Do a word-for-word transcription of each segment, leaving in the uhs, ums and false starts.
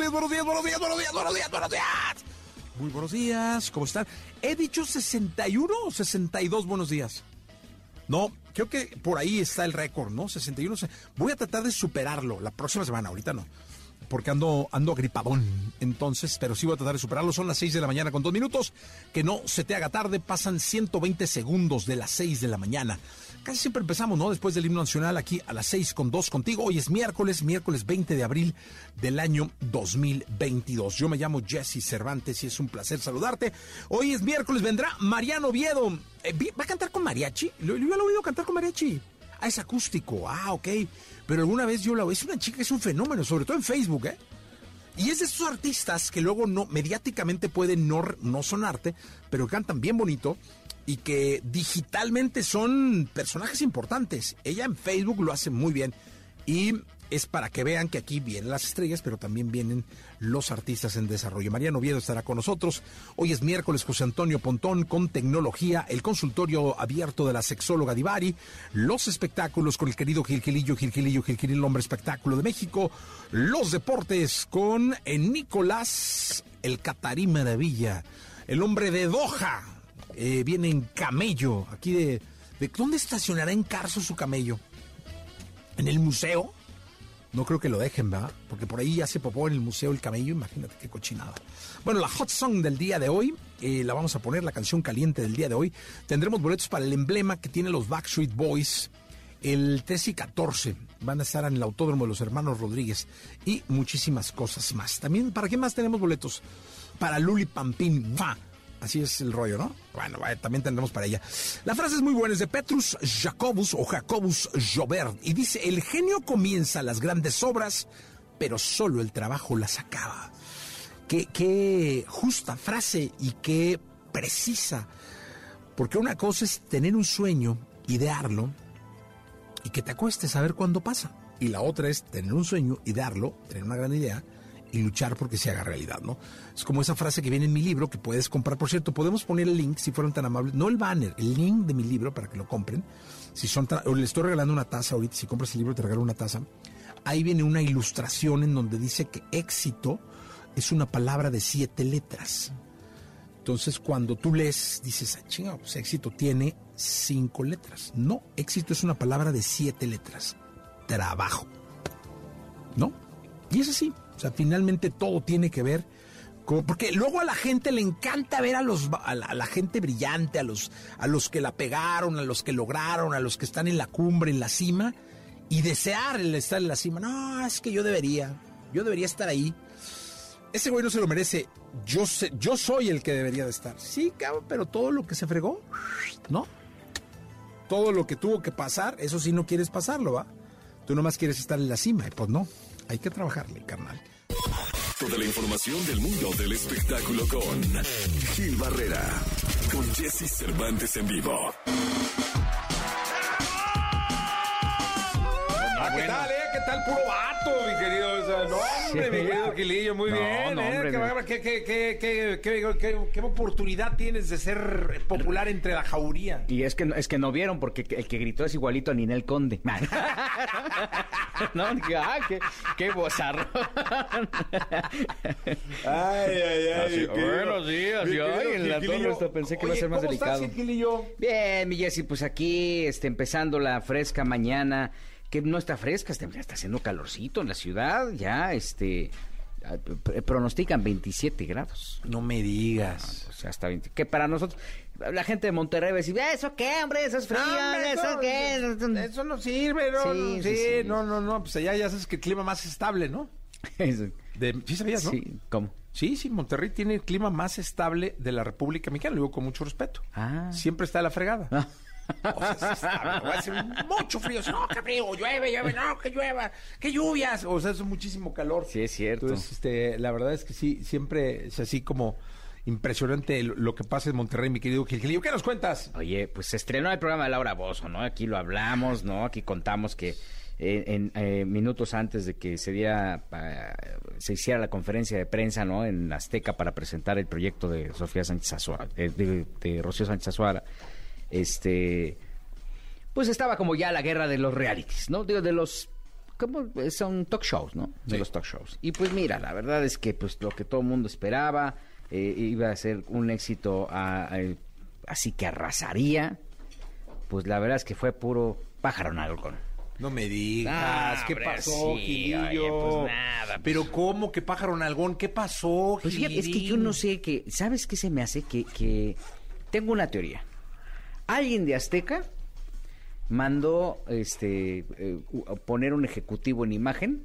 días, buenos días, buenos días, buenos días, buenos días, buenos días. Muy buenos días, ¿cómo están? He dicho sesenta y uno o sesenta y dos buenos días. No, creo que por ahí está el récord, ¿no? sesenta y uno. Voy a tratar de superarlo la próxima semana, ahorita no. Porque ando, ando gripadón, entonces, pero sí voy a tratar de superarlo. Son las seis de la mañana con dos minutos. Que no se te haga tarde, pasan ciento veinte segundos de las seis de la mañana. Casi siempre empezamos, ¿no? Después del himno nacional, aquí a las seis con dos contigo. Hoy es miércoles, miércoles veinte de abril del año dos mil veintidós. Yo me llamo Jesse Cervantes y es un placer saludarte. Hoy es miércoles, vendrá Mariano Oviedo. Eh, ¿Va a cantar con mariachi? Yo, yo lo he oído cantar con mariachi. Ah, es acústico. Ah, ok. Pero alguna vez yo la oí. Es una chica que es un fenómeno, sobre todo en Facebook, ¿eh? Y es de esos artistas que luego no, mediáticamente pueden no, no sonarte, pero cantan bien bonito y que digitalmente son personajes importantes. Ella en Facebook lo hace muy bien y es para que vean que aquí vienen las estrellas, pero también vienen los artistas en desarrollo. Mariano Oviedo estará con nosotros. Hoy es miércoles, José Antonio Pontón con tecnología, el consultorio abierto de la sexóloga Divari, los espectáculos con el querido Gilgilillo, Gilgilillo, Gilgilillo, el hombre espectáculo de México, los deportes con Nicolás, el Catarí Maravilla, el hombre de Doha, eh, viene en camello, aquí de, de... ¿Dónde estacionará en Carso su camello? ¿En el museo? No creo que lo dejen, ¿verdad? Porque por ahí hace popó en el museo el camello, imagínate qué cochinada. Bueno, la hot song del día de hoy, eh, la vamos a poner, la canción caliente del día de hoy. Tendremos boletos para el emblema que tienen los Backstreet Boys el trece y catorce. Van a estar en el Autódromo de los Hermanos Rodríguez y muchísimas cosas más. También, ¿para qué más tenemos boletos? Para Luli Pampín. ¡Fa! Así es el rollo, ¿no? Bueno, también tendremos para ella. La frase es muy buena, es de Petrus Jacobus o Jacobus Joubert. Y dice, el genio comienza las grandes obras, pero solo el trabajo las acaba. Qué, qué justa frase y qué precisa. Porque una cosa es tener un sueño, idearlo, y que te acuestes a ver cuándo pasa. Y la otra es tener un sueño, idearlo, tener una gran idea, y luchar porque se haga realidad, ¿no? Es como esa frase que viene en mi libro que puedes comprar. Por cierto, podemos poner el link, si fueron tan amables, no el banner, el link de mi libro para que lo compren. Si son tan, o le estoy regalando una taza ahorita, si compras el libro te regalo una taza. Ahí viene una ilustración en donde dice que éxito es una palabra de siete letras. Entonces, cuando tú lees, dices, ah, chinga, pues éxito tiene cinco letras. No, éxito es una palabra de siete letras. Trabajo. ¿No? Y es así. O sea, finalmente todo tiene que ver con... Porque luego a la gente le encanta ver a los a la, a la gente brillante, a los, a los que la pegaron, a los que lograron, a los que están en la cumbre, en la cima, y desear el estar en la cima. No, es que yo debería, yo debería estar ahí. Ese güey no se lo merece. Yo sé, yo soy el que debería de estar. Sí, cabrón, pero todo lo que se fregó, ¿no? Todo lo que tuvo que pasar, eso sí no quieres pasarlo, ¿va? Tú nomás quieres estar en la cima, y pues no. Hay que trabajarle, carnal. Toda la información del mundo del espectáculo con Gil Barrera, con Jesse Cervantes en vivo. Ah, ¿qué tal, eh? ¿Qué tal? Puro vato, mi querido. O sea, no, hombre, sí. Mi querido Gilillo, muy no, bien, no, ¿eh? Hombre, ¿Qué, qué, qué, qué, qué, qué, qué oportunidad tienes de ser popular entre la jauría? Y es que, es que no vieron, porque el que gritó es igualito a Ninel Conde. No, ah, qué, qué bozarro. Ay, ay, ay. Así, buenos días, yo en la torre hasta pensé que iba a ser más delicado. ¿Cómo estás, Gilillo? Bien, mi Jessy, pues aquí, este, empezando la fresca mañana, que no está fresca, está, está haciendo calorcito en la ciudad, ya, este, pronostican veintisiete grados. No me digas. Ah, o sea, hasta veinte, que para nosotros, la gente de Monterrey va a decir, ¿eso qué, hombre? ¿Eso es frío? No, hombre, ¿Eso eso, qué? eso no sirve, ¿no? Sí, no, sí, sí, sí. no, no, no, pues allá ya sabes que el clima más estable, ¿no? De, sí sabías, ¿no? Sí, ¿cómo? Sí, sí, Monterrey tiene el clima más estable de la República Mexicana, lo digo con mucho respeto. Ah. Siempre está a la fregada. Ah. O sea, sí está, va a ser mucho frío. No, qué frío, llueve, llueve, no, que llueva, qué lluvias. O sea, es muchísimo calor. Sí, es cierto. Entonces, este, la verdad es que sí, siempre es así como impresionante lo, lo que pasa en Monterrey, mi querido Gilgilillo. ¿Qué nos cuentas? Oye, pues se estrenó el programa de Laura Bozzo, ¿no? Aquí lo hablamos, ¿no? Aquí contamos que eh, en eh, minutos antes de que se diera, uh, se hiciera la conferencia de prensa, ¿no? En Azteca para presentar el proyecto de Sofía Sánchez Azuara, eh, de, de Rocío Sánchez Azuara, este, pues estaba como ya la guerra de los realities, ¿no? Digo, de los, ¿cómo? Son talk shows, ¿no? De sí. los talk shows. Y pues mira, la verdad es que pues lo que todo el mundo esperaba, eh, iba a ser un éxito a, a, así que arrasaría, pues la verdad es que fue puro pájaro en algodón. No me digas, Ah, ¿qué hombre, pasó, sí, Gilillo? oye, pues nada, pues. Pero ¿cómo? ¿Qué pájaro nalgón? ¿Qué pasó, Pues fíjate, es que yo no sé que, ¿sabes qué se me hace? Que, que tengo una teoría. Alguien de Azteca mandó este eh, poner un ejecutivo en imagen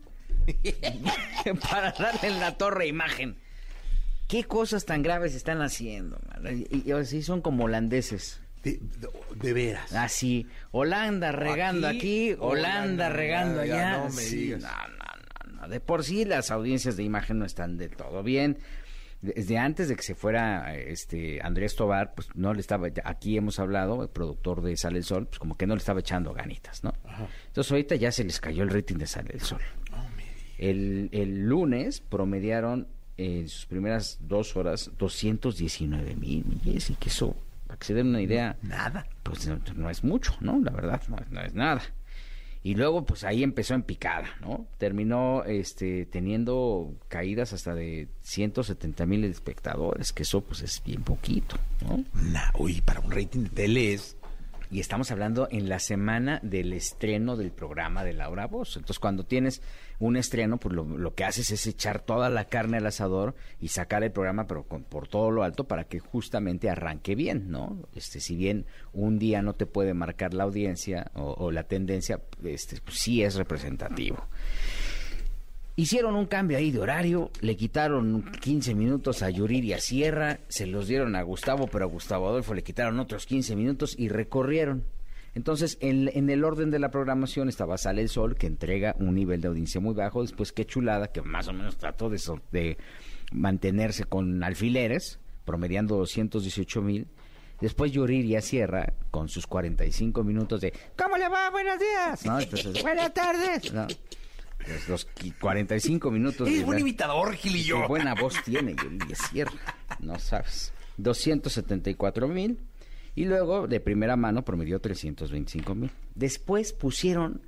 para darle en la torre imagen. ¿Qué cosas tan graves están haciendo, man? Y, y así son como holandeses. De, de, de veras. Así, Holanda regando aquí, aquí Holanda, Holanda regando allá. Ya, no me sí, digas. No, no, no, no. De por sí las audiencias de imagen no están del todo bien. Desde antes de que se fuera este Andrés Tobar, pues no le estaba, aquí hemos hablado, el productor de Sale el Sol, pues como que no le estaba echando ganitas, ¿no? Ajá. Entonces ahorita ya se les cayó el rating de Sale el Sol. Oh, el, el lunes promediaron en sus primeras dos horas doscientos diecinueve mil, y que eso, para que se den una idea, nada, pues no, no es mucho, ¿no? La verdad, no, no es nada. Y luego, pues ahí empezó en picada, ¿no? Terminó este, teniendo caídas hasta de ciento setenta mil espectadores, que eso, pues, es bien poquito, ¿no? Nah, uy, para un rating de tele es... Y estamos hablando en la semana del estreno del programa de Laura Bozzo. Entonces, cuando tienes un estreno, pues lo, lo que haces es echar toda la carne al asador y sacar el programa, pero con, por todo lo alto, para que justamente arranque bien, ¿no? Este, si bien un día no te puede marcar la audiencia o, o la tendencia, este, pues sí es representativo. Hicieron un cambio ahí de horario, le quitaron quince minutos a Yuridia Sierra, se los dieron a Gustavo, pero a Gustavo Adolfo le quitaron otros quince minutos y recorrieron. Entonces, en, en el orden de la programación estaba Sale el Sol, que entrega un nivel de audiencia muy bajo, después Qué Chulada, que más o menos trató de, de mantenerse con alfileres, promediando doscientos dieciocho mil. Después Yuridia Sierra, con sus cuarenta y cinco minutos de ¿cómo le va? Buenos días. ¿No? Entonces, buenas tardes. ¿No? Los, los cuarenta y cinco minutos. Es buen imitador, Gilillo. Qué buena voz tiene Yuridia Sierra, no sabes. doscientos setenta y cuatro mil. Y luego, de primera mano, promedió trescientos veinticinco mil. Después pusieron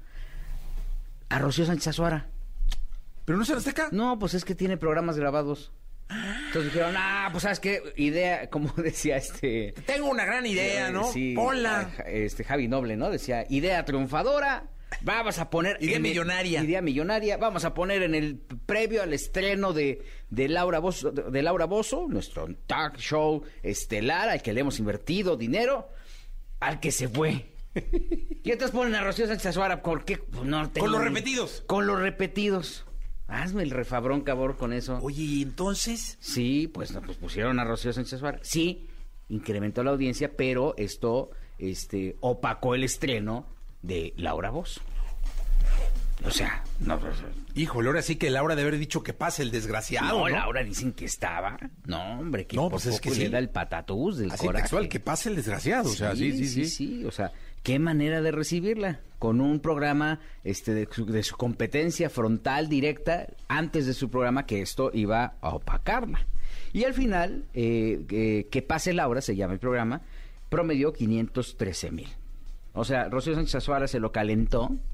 a Rocío Sánchez Azuara. ¿Pero no se las Azteca? No, pues es que tiene programas grabados. Entonces dijeron, ah, pues sabes qué, idea, como decía este... Tengo una gran idea, eh, ¿no? Sí, Hola. Este Javi Noble, ¿no? Decía, idea triunfadora. Vamos a poner... Idea en, millonaria. Idea millonaria. Vamos a poner en el previo al estreno de, de Laura Bozzo, de Laura Bozzo, nuestro talk show estelar, al que le hemos invertido dinero, al que se fue. Y entonces ponen a Rocío Sánchez Azuara, ¿por qué? Pues no tengo... Con los repetidos. Con los repetidos. Hazme el refabrón, cabrón, con eso. Oye, ¿y entonces? Sí, pues, no, pues pusieron a Rocío Sánchez Azuara. Sí, incrementó la audiencia, pero esto este, opacó el estreno de Laura Bozzo. O sea, no... Híjole, ahora sí que Laura debe haber dicho que pase el desgraciado, No, ¿no? Laura dicen que estaba. No, hombre, que No, por pues es poco que le sí. da el patatús del Así coraje. textual, que pase el desgraciado. O sea, sí, sí, sí. sí, sí. O sea, qué manera de recibirla. Con un programa este, de, su, de su competencia frontal, directa, antes de su programa, que esto iba a opacarla. Y al final, eh, eh, que pase Laura, se llama el programa, promedió quinientos trece mil. O sea, Rocío Sánchez Azuara se lo calentó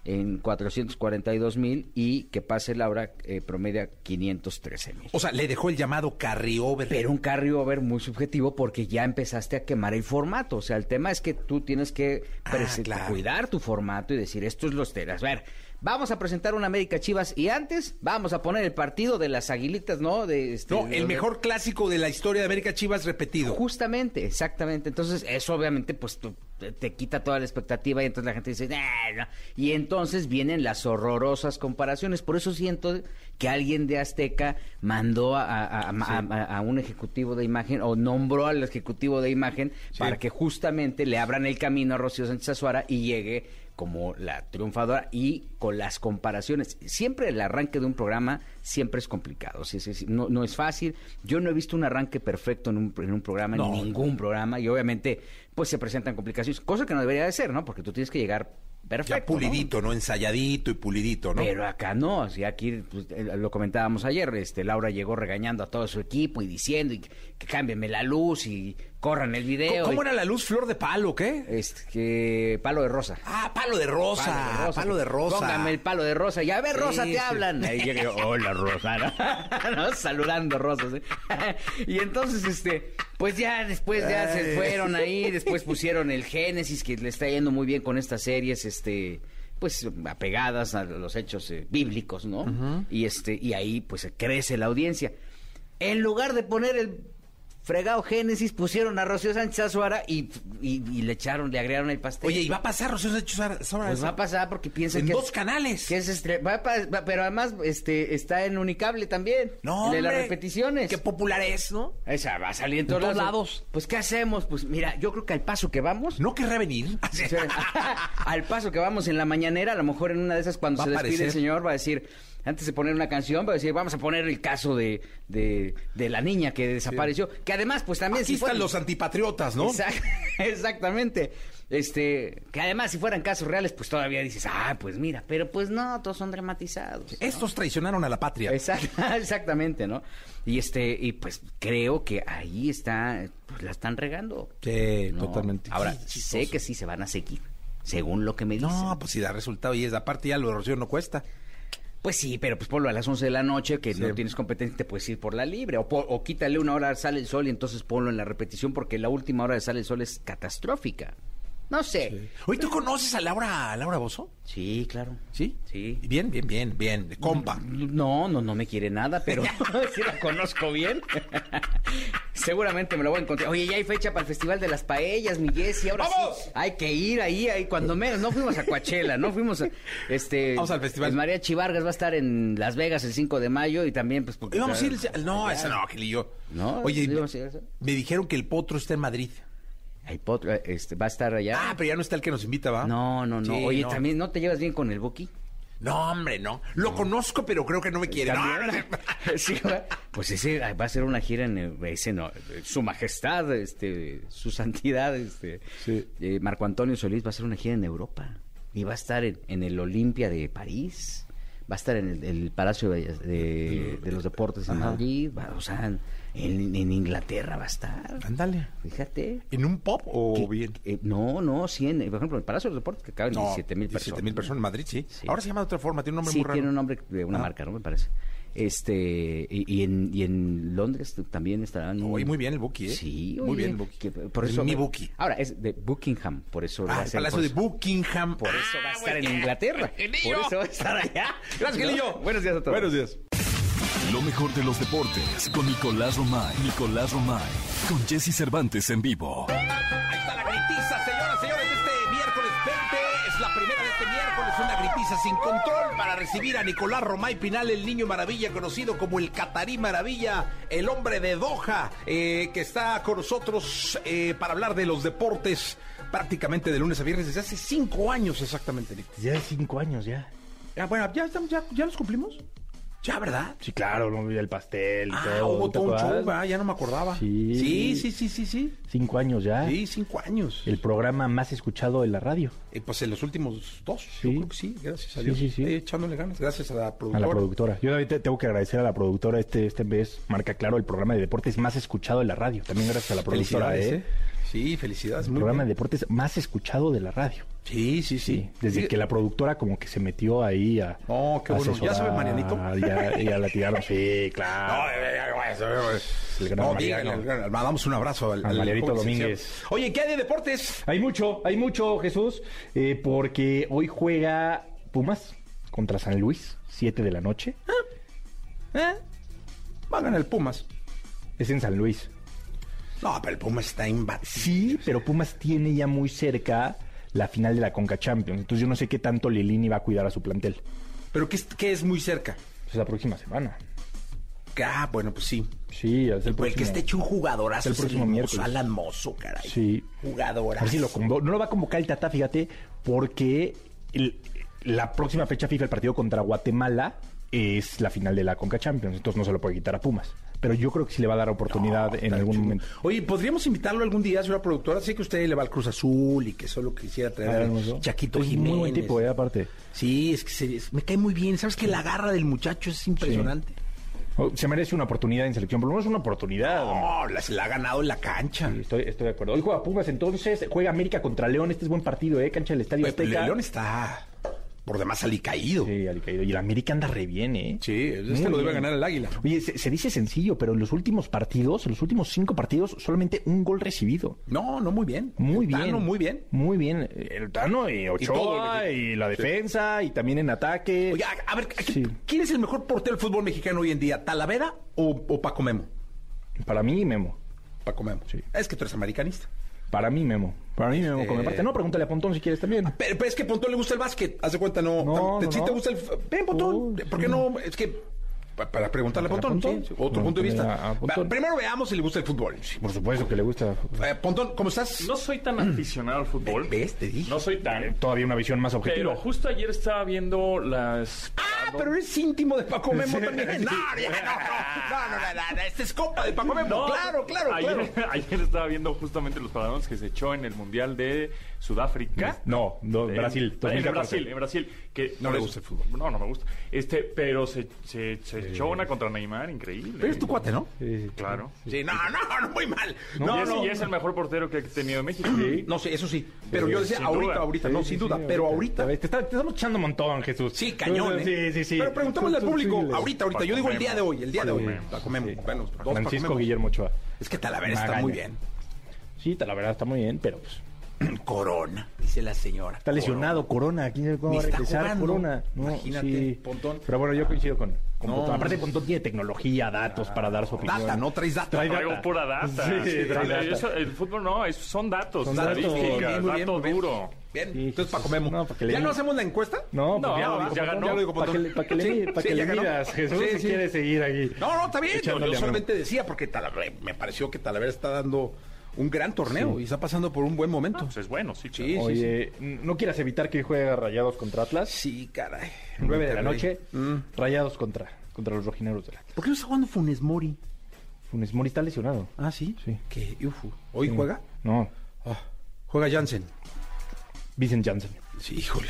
en cuatrocientos cuarenta y dos mil y que pase Laura eh, promedia quinientos trece mil. O sea, le dejó el llamado carryover. Pero un carryover muy subjetivo porque ya empezaste a quemar el formato. O sea, el tema es que tú tienes que Ah, prese- claro. cuidar tu formato y decir, esto es los telas. A ver, vamos a presentar una América Chivas y antes vamos a poner el partido de las Aguilitas, ¿no? De este, No, de- el mejor clásico de la historia de América Chivas repetido. Justamente, exactamente. Entonces, eso obviamente, pues, tú- te, te quita toda la expectativa y entonces la gente dice, "Nah, no". Y entonces vienen las horrorosas comparaciones. Por eso siento que alguien de Azteca mandó a, a- a- a- a un ejecutivo de imagen o nombró al ejecutivo de imagen Sí. para que justamente le abran el camino a Rocío Sánchez Azuara y llegue como la triunfadora y con las comparaciones. Siempre el arranque de un programa siempre es complicado, sí, sí, sí, no, no es fácil. Yo no he visto un arranque perfecto en un, en un programa, No. en ningún programa, y obviamente pues se presentan complicaciones, cosa que no debería de ser, ¿no? Porque tú tienes que llegar perfecto, Ya pulidito, ¿no? Ensayadito y pulidito, ¿no? Pero acá no, o sea, aquí pues, eh, lo comentábamos ayer, este Laura llegó regañando a todo su equipo y diciendo y que, que cámbienme la luz y corran el video. ¿Cómo y- era la luz? ¿Flor de palo o qué? Este, que palo de rosa. Ah, palo de rosa. Palo de rosa. Póngame el palo de rosa. Ya ve, Sí, Rosa, te sí. hablan. Ahí llega yo, hola, Rosa, ¿no? ¿No? Saludando rosas. ¿eh? Y entonces, este, pues ya después ya se Ay. fueron ahí, después pusieron el Génesis, que le está yendo muy bien con estas series, este, pues apegadas a los hechos eh, bíblicos, ¿no? Y este, y ahí pues crece la audiencia. En lugar de poner el fregado Génesis, pusieron a Rocío Sánchez Azuara y, y, y le echaron, le agregaron el pastel. Oye, ¿y va a pasar Rocío Sánchez Azuara? Pues va a pasar porque piensan En que dos es, canales. que es estre- va a pa- va- pero además este está en Unicable también. No, de las hombre, repeticiones. Qué popular es, ¿no? Esa va a salir en todos, todos lados. lados. Pues ¿qué hacemos? Pues mira, yo creo que al paso que vamos, ¿No querrá venir? al paso que vamos en la mañanera, a lo mejor en una de esas cuando Va se a despide el aparecer. señor va a decir, antes de poner una canción, va a decir, vamos a poner el caso de, de, de la niña que desapareció, que además pues también Aquí si están fueran- los antipatriotas, ¿no? Exact- exactamente. Este, que además si fueran casos reales, pues todavía dices, ah, pues mira, pero pues no, todos son dramatizados. Estos traicionaron a la patria. Exact- exactamente, ¿no? Y este, y pues creo que ahí está, pues la están regando. Sí, ¿no? totalmente. Ahora, Qué sé chistoso. que sí se van a seguir, según lo que me dicen. No, pues si da resultado y es aparte ya lo de Rocío no cuesta. Pues sí, pero pues ponlo a las once de la noche, que Sí. no tienes competencia, te puedes ir por la libre. O, po- o quítale una hora, sale el sol y entonces ponlo en la repetición, porque la última hora de sale el sol es catastrófica. No sé. Oye, ¿tú conoces a Laura, a Laura Bozzo? Sí, claro. ¿Sí? Sí. Bien, bien, bien, bien, de compa. No, no, no me quiere nada, pero sí la conozco bien. Seguramente me lo voy a encontrar. Oye, ya hay fecha para el Festival de las Paellas, mi Jessy. Ahora ¡Vamos! sí, hay que ir ahí, ahí, cuando menos. No fuimos a Coachella, no fuimos a, este... Vamos al festival. el Mariachi Vargas va a estar en Las Vegas el cinco de mayo y también, pues... porque- Íbamos a ir, no, ese no, Gil y yo. No, Oye, ¿sí me, íbamos a ir a eso? me dijeron que el potro está en Madrid. El potro, este, va a estar allá. Ah, pero ya no está el que nos invita, ¿va? No, no, no. Sí, Oye, no. también, ¿no te llevas bien con el Buki? No, hombre, no. Lo conozco, pero creo que no me quiere. No, ¿También? no. Sí, va. Pues ese va a ser una gira en el- ese no, su majestad, este, su santidad, este, Sí. eh, Marco Antonio Solís va a hacer una gira en Europa y va a estar en, en el Olimpia de París, va a estar en el, el Palacio de, de- de los Deportes en Ajá. Madrid, va, o sea, en, en Inglaterra va a estar. Ándale. Fíjate. ¿En un pop o Que- bien? eh, no, no, sí, en, por ejemplo, el Palacio de los Deportes que caben diecisiete mil personas. diecisiete mil personas en Madrid, sí. Sí. Ahora se llama de otra forma, tiene un nombre Sí, muy raro. tiene un nombre de una Ah. marca, ¿no? Me parece. Este, y, y en, y en Londres también estarán. Oye, muy bien el Buki, ¿eh? Sí, Muy oye, bien el Buki. que por El eso, mi Buki. Ahora, es de Buckingham, por eso va Ah, a el ser. Palacio por de eso- Buckingham. Por eso va a Ah, estar muy en bien. Inglaterra. Genio. Por eso va a estar allá. Gracias, ¿No? Gelillo. Buenos días a todos. Buenos días. Lo mejor de los deportes con Nicolás Romay. Nicolás Romay. Con Jesse Cervantes en vivo. Ahí está la gritiza, señoras, señores, este miércoles veinte. Es la primera de este miércoles, una gritiza sin control para recibir a Nicolás Romay Pinal, el niño maravilla, conocido como el Catarí Maravilla, el hombre de Doha, eh, que está con nosotros eh, para hablar de los deportes prácticamente de lunes a viernes desde hace cinco años exactamente, Nico. Ya cinco años, ya. Ah, bueno, ¿ya, estamos, ya, ¿ya los cumplimos? Ya, ¿verdad? Sí, claro, no vi el pastel y Ah, todo. hubo ¿te todo un acuerdas? show, ¿verdad? Ya no me acordaba. Sí. Sí, sí, sí, sí, sí. Cinco años ya. Sí, cinco años. El programa más escuchado de la radio. Eh, pues en los últimos dos, Sí. yo creo que sí, gracias a Sí, Dios. sí, sí. Eh, echándole ganas, gracias a la A productora. la productora. Yo ahorita tengo que agradecer a la productora. Este, este mes marca claro el programa de deportes más escuchado de la radio. También gracias a la productora. Felicidades, ¿eh? ¿eh? Sí, felicidades. El Muy programa de bien. deportes más escuchado de la radio. Sí, sí, sí. Sí, desde Sí. que la productora como que se metió ahí a... Oh, qué bueno. ¿Ya sabe Marianito? Ya, ya la tiraron, sí, No, claro. eh, eh, eh, El gran no, Mariano. dígale, al- al- mandamos un abrazo al, A al- Marianito ¿cómo se dice? Domínguez. Oye, ¿qué hay de deportes? Hay mucho, hay mucho, Jesús, eh, porque hoy juega Pumas contra San Luis, siete de la noche. ¿Eh? Va a ganar el Pumas. Es en San Luis. No, pero el Pumas está imbatible. Sí, pero Pumas tiene ya muy cerca la final de la Conca Champions. Entonces yo no sé qué tanto Lilini va a cuidar a su plantel. ¿Pero qué es, qué es muy cerca? Pues la próxima semana. Ah, bueno, pues sí. Sí, es el Pues el que próximo. esté hecho un jugadorazo el es próximo Mozo, miércoles. Alan Mozo, caray. Sí. A Jugadorazo. ver si lo convo- No lo va a convocar el Tata, fíjate, porque el- la próxima fecha FIFA, el partido contra Guatemala, es la final de la Conca Champions. Entonces no se lo puede quitar a Pumas. Pero yo creo que sí le va a dar oportunidad No, en está algún chulo. momento. Oye, ¿podríamos invitarlo algún día, señora productora? Sé que usted le va al Cruz Azul y que solo quisiera traer Ah, a hermoso. Chaquito Es Jiménez. muy buen tipo, eh, aparte. Sí, es que se- es- me cae muy bien. ¿Sabes que la garra del muchacho es impresionante? Oh, se merece una oportunidad en selección, por lo menos una oportunidad. hombre. No, la, se la ha ganado en la cancha. Sí, estoy, estoy de acuerdo. Hoy juega Pumas, entonces juega América contra León. Este es buen partido, ¿eh? Cancha del Estadio Oye, pero Azteca. León está por demás alicaído. Sí, alicaído. Y el América anda re bien, ¿eh? Sí, este Muy lo debe bien. ganar el Águila. Oye, se, se dice sencillo, pero en los últimos partidos, en los últimos cinco partidos, solamente un gol recibido. No, no, muy bien. Muy El bien. Tano, muy bien. Muy bien. El Tano y Y todo Ochoa el y, equipo. la defensa y también en ataque. Oye, a, a ver, ¿a qué- Sí. ¿quién es el mejor portero del fútbol mexicano hoy en día? ¿Talavera o, o Paco Memo? Para mí, Memo. Paco Memo. Sí. Es que tú eres americanista. Para mí, Memo. Para mí, Memo. Con mi Eh. parte. No, pregúntale a Pontón si quieres también. Pero, pero es que a Pontón le gusta el básquet. Haz de cuenta, no. No, ¿Te- no, ¿Sí no. te gusta el.? Ven, Pontón. No, ¿Por qué sí. no? Es que. pa- Para preguntarle a ¿Para Pontón. Pontón? Sí, sí, otro No, punto de mira, vista. a Pontón. Va, primero veamos si le gusta el fútbol. Por supuesto que le gusta. Eh, Pontón, ¿cómo estás? No soy tan aficionado al fútbol. ¿Ves? Te dije. No soy tan. Todavía una visión más objetiva. Pero justo ayer estaba viendo las. Ah, pero eres íntimo de Paco Memo también. No, ya, no, no, no, no, no, no, este es compa de Paco Memo. No, claro, claro, ayer, claro. ayer estaba viendo justamente los paradones que se echó en el Mundial de Sudáfrica. No, no, En- Brasil. En, dos mil catorce. Brasil, en Brasil. Que No le es- gusta el fútbol. No, no me gusta. Este, pero se, se, se echó una contra Neymar, increíble. Pero es tu cuate, ¿no? Sí, sí. Claro. Sí, no, no, no, muy mal. No, No, y, es, no. y es el mejor portero que ha tenido México. No sé, eso sí. Pero yo decía, sin ahorita, duda. ahorita, Sí, no, sí, sin sí, duda. Pero ahorita. Te, está- te estamos echando un montón, Jesús. Sí, cañón, ¿eh? Sí, sí, sí. Pero preguntémosle al Tú- tú público, síguele. ahorita, ahorita. Yo digo el día de hoy, el día de Paco hoy. Memo. Paco Memo. Sí. Bueno, dos Paco Francisco Memo. Guillermo Ochoa. Es que Talavera está Magaña. muy bien. Sí, la verdad está muy bien, pero pues, Corona, dice la señora. está lesionado Corona. ¿Quién cómo Ni va a está regresar jugando. Corona? No, Imagínate, sí. Pontón. Pero bueno, yo coincido con, con No, Pontón. Aparte, no. Pontón tiene tecnología, datos para dar su opinión. Data, ¿no? Traes data. Trae Traigo data. pura data. Sí, Sí, trae vale, data. eso- el fútbol no, es- son datos, Son datos. estadísticas, Muy bien, muy bien, dato muy bien. duro. Bien, Sí, entonces sí, Paco sí. Memo. No, para que le ¿Ya diga. no hacemos la encuesta? No, No, pues ya lo dijo ya Pontón. ganó. Ya lo dijo Para que, Pontón. le- para que, Sí, le, para sí, que ya le ganó. midas, Jesús, Sí, si sí. quiere seguir aquí. No, no, está bien. Yo, Echándole yo a solamente decía porque Talavera, me pareció que Talavera está dando un gran torneo y está pasando por un buen momento. Pues es bueno, sí. Sí, claro. sí, sí. Oye, ¿no quieras evitar que hoy juegue Rayados contra Atlas? Sí, caray. nueve de la Monterrey. noche, Mm. Rayados contra, contra los rojineros del Atlas. ¿Por qué no está jugando Funes Mori? Funes Mori está lesionado. Ah, sí. Sí. ¿Qué? Ufu. ¿Hoy Sí. juega? No, Ah, juega Jansen. Vincent Janssen. Sí, híjole.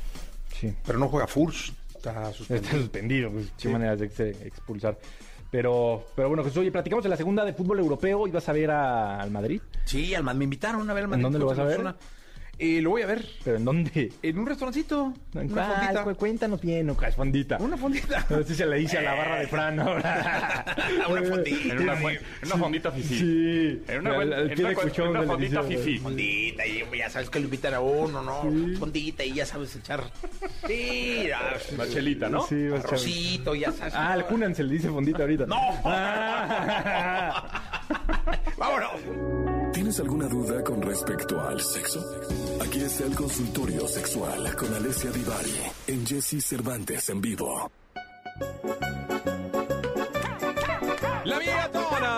Sí. Pero no juega Furs. Está suspendido. Está suspendido, pues, Sí. qué maneras de ex- expulsar. Pero, pero bueno, Jesús, oye, platicamos de la segunda de fútbol europeo. ¿Ibas a ver a- al Madrid? Sí, al Man- me invitaron a ver al Madrid. dónde lo vas a ver? Barcelona. Eh, lo voy a ver ¿Pero en dónde? en un restaurancito. ¿En Una cuál? fondita. Cu- Cuéntanos bien, ¿no? ¿Cuál fondita? Una fondita. Así se le dice a la barra de Fran ahora. Una fondita. En una, fu- en una fondita fifí. Sí. En una, Al- buen- al en pie una de cu- cuchón en una se le fondita dice. fifí. Fondita, y ya sabes que lo invitan a uno, ¿no? Fondita, y ya sabes echar. Sí, ya. La chelita, ¿no? Sí, vas a echar- Arrocito, ya sabes. Ah, al Cunan se le dice fondita ahorita. ¡No! Ah. ¡Vámonos! ¿Tienes alguna duda con respecto al sexo? Aquí está el consultorio sexual con Alessia Divari en Jesse Cervantes en vivo. La vieja tona.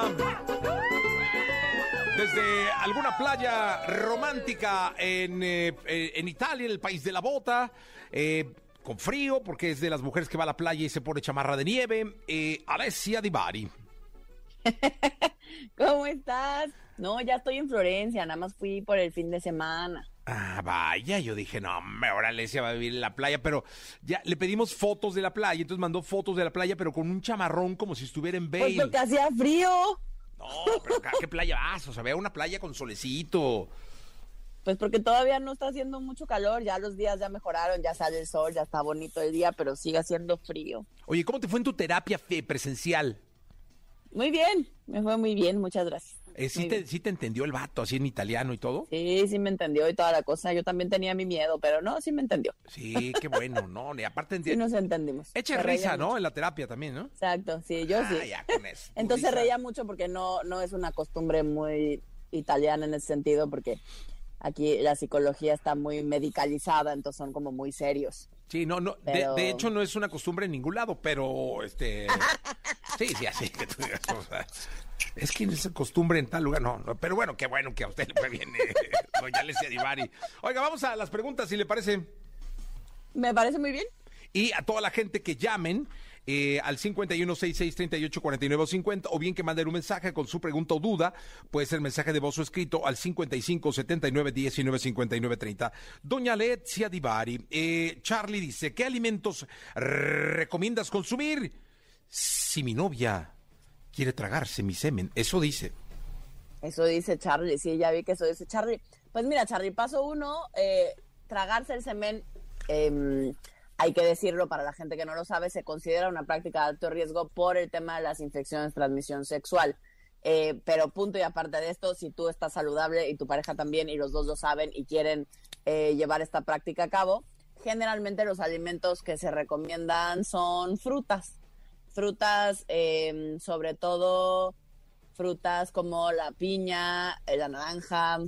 Desde alguna playa romántica en, eh, eh, en Italia, en el país de la bota, eh, con frío, porque es de las mujeres que va a la playa y se pone chamarra de nieve, eh, Alessia Divari. ¿Cómo estás? No, ya estoy en Florencia, nada más fui por el fin de semana. Ah, vaya, yo dije, no, hombre, ahora Alessia va a vivir en la playa, pero ya le pedimos fotos de la playa, entonces mandó fotos de la playa, pero con un chamarrón como si estuviera en Pues Bale. porque hacía frío. No, pero ¿a qué playa vas? O sea, ve a una playa con solecito. Pues porque todavía no está haciendo mucho calor, ya los días ya mejoraron, ya sale el sol, ya está bonito el día, pero sigue haciendo frío. Oye, ¿cómo te fue en tu terapia fe- presencial? Muy bien, me fue muy bien, muchas gracias. Eh, ¿sí, Muy te, bien. ¿Sí te entendió el vato, así en italiano y todo? Sí, sí me entendió y toda la cosa. Yo también tenía mi miedo, pero no, sí me entendió. Sí, qué bueno, ¿no? Y aparte, Sí nos entendimos. echa Se reía risa, ¿no? mucho. En la terapia también, ¿no? Exacto, sí, yo sí. Ah, ya con eso. Entonces se Risa. reía mucho porque no, no es una costumbre muy italiana en ese sentido, porque aquí la psicología está muy medicalizada, entonces son como muy serios. Sí, no, no, Pero- de, de hecho no es una costumbre en ningún lado, pero este, sí, sí, así que tú digas, o sea, es que es costumbre en tal lugar, no, no, pero bueno, qué bueno que a usted le fue bien, eh, doña Alessia Divari. Oiga, vamos a las preguntas, si le parece, Me parece muy bien. y a toda la gente que llamen eh, al cincuenta y uno sesenta y seis, treinta y ocho, cuarenta y nueve cincuenta, o bien que manden un mensaje con su pregunta o duda, puede ser mensaje de voz o escrito al cincuenta y cinco, setenta y nueve, diecinueve, cincuenta y nueve, treinta. Doña Alessia Divari, eh, Charlie dice, ¿qué alimentos recomiendas consumir si mi novia quiere tragarse mi semen? Eso dice. Eso dice Charlie, sí, ya vi que eso dice Charlie. Pues mira, Charlie, paso uno, eh, tragarse el semen, eh, hay que decirlo para la gente que no lo sabe, se considera una práctica de alto riesgo por el tema de las infecciones de transmisión sexual. Eh, pero punto y aparte de esto, si tú estás saludable y tu pareja también y los dos lo saben y quieren eh, llevar esta práctica a cabo, generalmente los alimentos que se recomiendan son frutas. Frutas, eh, sobre todo frutas como la piña, eh, la naranja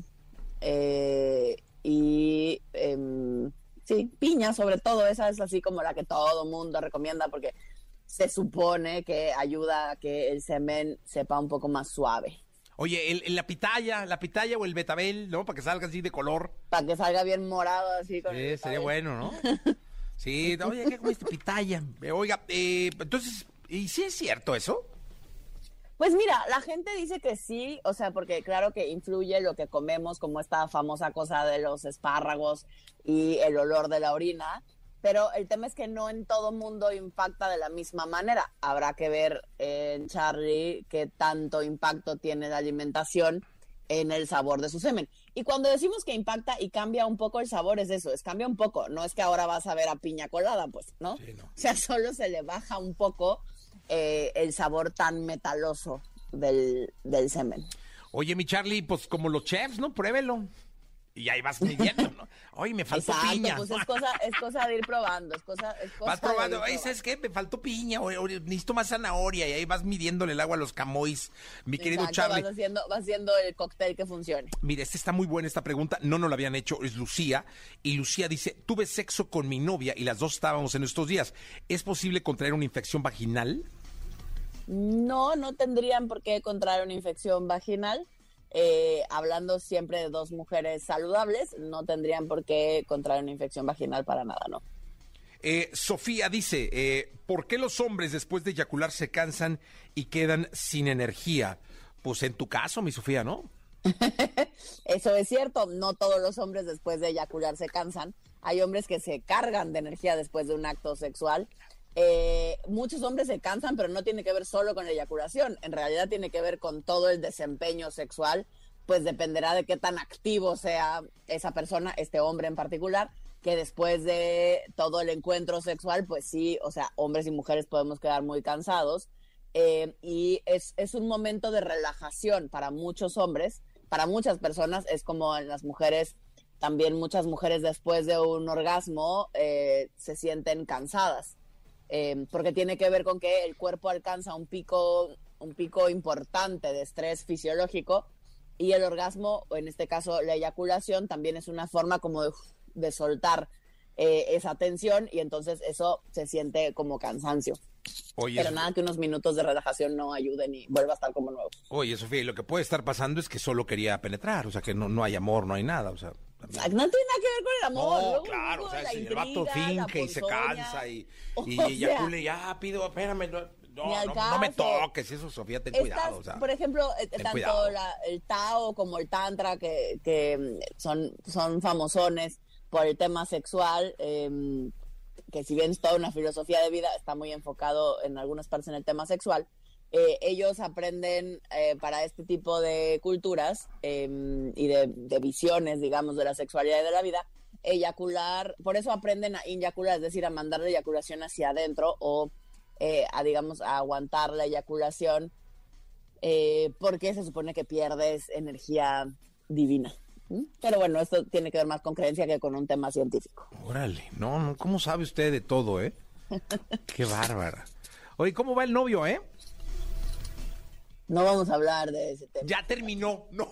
eh, y em, sí, piña sobre todo, esa es así como la que todo mundo recomienda porque se supone que ayuda a que el semen sepa un poco más suave, Oye, el, el- la pitaya, la pitaya o el betabel, ¿no? Para que salga así de color. para que salga bien morado así con Sí, el sería cabello. bueno, ¿no? Sí, oye, ¿qué comiste pitaya? Eh, Oiga, eh, entonces, ¿y sí es cierto eso? Pues mira, la gente dice que sí, o sea, porque claro que influye lo que comemos, como esta famosa cosa de los espárragos y el olor de la orina, pero el tema es que no en todo mundo impacta de la misma manera. Habrá que ver en Charlie qué tanto impacto tiene la alimentación en el sabor de su semen. Y cuando decimos que impacta y cambia un poco el sabor, es eso, es cambia un poco. No es que ahora vas a ver a piña colada, pues, ¿no? Sí, no. O sea, solo se le baja un poco eh, el sabor tan metaloso del, del semen. Oye, mi Charlie, pues como los chefs, ¿no? Pruébelo. Y ahí vas midiendo, ¿no? Oye, me faltó Exacto, piña. pues es cosa, es cosa de ir probando, es cosa, es cosa Vas de ir probando, ay, probando. ¿sabes qué? Me faltó piña, o, o necesito más zanahoria, y ahí vas midiéndole el agua a los camois, mi querido Exacto, Charlie. Vas haciendo, vas haciendo el cóctel que funcione. Mira, esta está muy buena esta pregunta, no nos la habían hecho, es Lucía, y Lucía dice, tuve sexo con mi novia y las dos estábamos en estos días, ¿es posible contraer una infección vaginal? No, no tendrían por qué contraer una infección vaginal. Eh, hablando siempre de dos mujeres saludables, no tendrían por qué contraer una infección vaginal para nada, ¿no? Eh, Sofía dice, eh, ¿por qué los hombres después de eyacular se cansan y quedan sin energía? Pues en tu caso, mi Sofía, ¿no? Eso es cierto, no todos los hombres después de eyacular se cansan. Hay hombres que se cargan de energía después de un acto sexual. Eh, muchos hombres se cansan, pero no tiene que ver solo con la eyaculación. En realidad tiene que ver con todo el desempeño sexual, pues dependerá de qué tan activo sea esa persona, este hombre en particular, que después de todo el encuentro sexual, pues sí, o sea, hombres y mujeres podemos quedar muy cansados. Eh, y es, es un momento de relajación para muchos hombres, para muchas personas, es como en las mujeres, también muchas mujeres después de un orgasmo eh, se sienten cansadas, eh, porque tiene que ver con que el cuerpo alcanza un pico, un pico importante de estrés fisiológico y el orgasmo, o en este caso la eyaculación, también es una forma como de, de soltar eh, esa tensión y entonces eso se siente como cansancio. Oye, Pero Sofía- nada que unos minutos de relajación no ayuden y vuelva a estar como nuevo. Oye, Sofía, y lo que puede estar pasando es que solo quería penetrar, o sea, que no, no hay amor, no hay nada, o sea... O sea, no tiene nada que ver con el amor. No, luego, claro, luego o sea, la si el intriga, vato la finge y se ponzoña. cansa y, O y, sea, y eyacule, ya pido, espérame, no, no, Ni al no, no me caso. toques, eso, Sofía, ten Estas, cuidado, o sea. por ejemplo, eh, ten tanto cuidado. la- el Tao como el Tantra, que, que mm, son, son famosones por el tema sexual, eh, que si bien es toda una filosofía de vida, está muy enfocado en algunas partes en el tema sexual, eh, ellos aprenden eh, para este tipo de culturas eh, y de, de visiones, digamos, de la sexualidad y de la vida, eyacular, por eso aprenden a inyacular, es decir, a mandar la eyaculación hacia adentro o eh, a, digamos, a aguantar la eyaculación, eh, porque se supone que pierdes energía divina. ¿Mm? Pero bueno, esto tiene que ver más con creencia que con un tema científico. Órale, no, no, ¿cómo sabe usted de todo, eh? Qué bárbara. Oye, ¿cómo va el novio, eh? No vamos a hablar de ese tema. Ya terminó, no.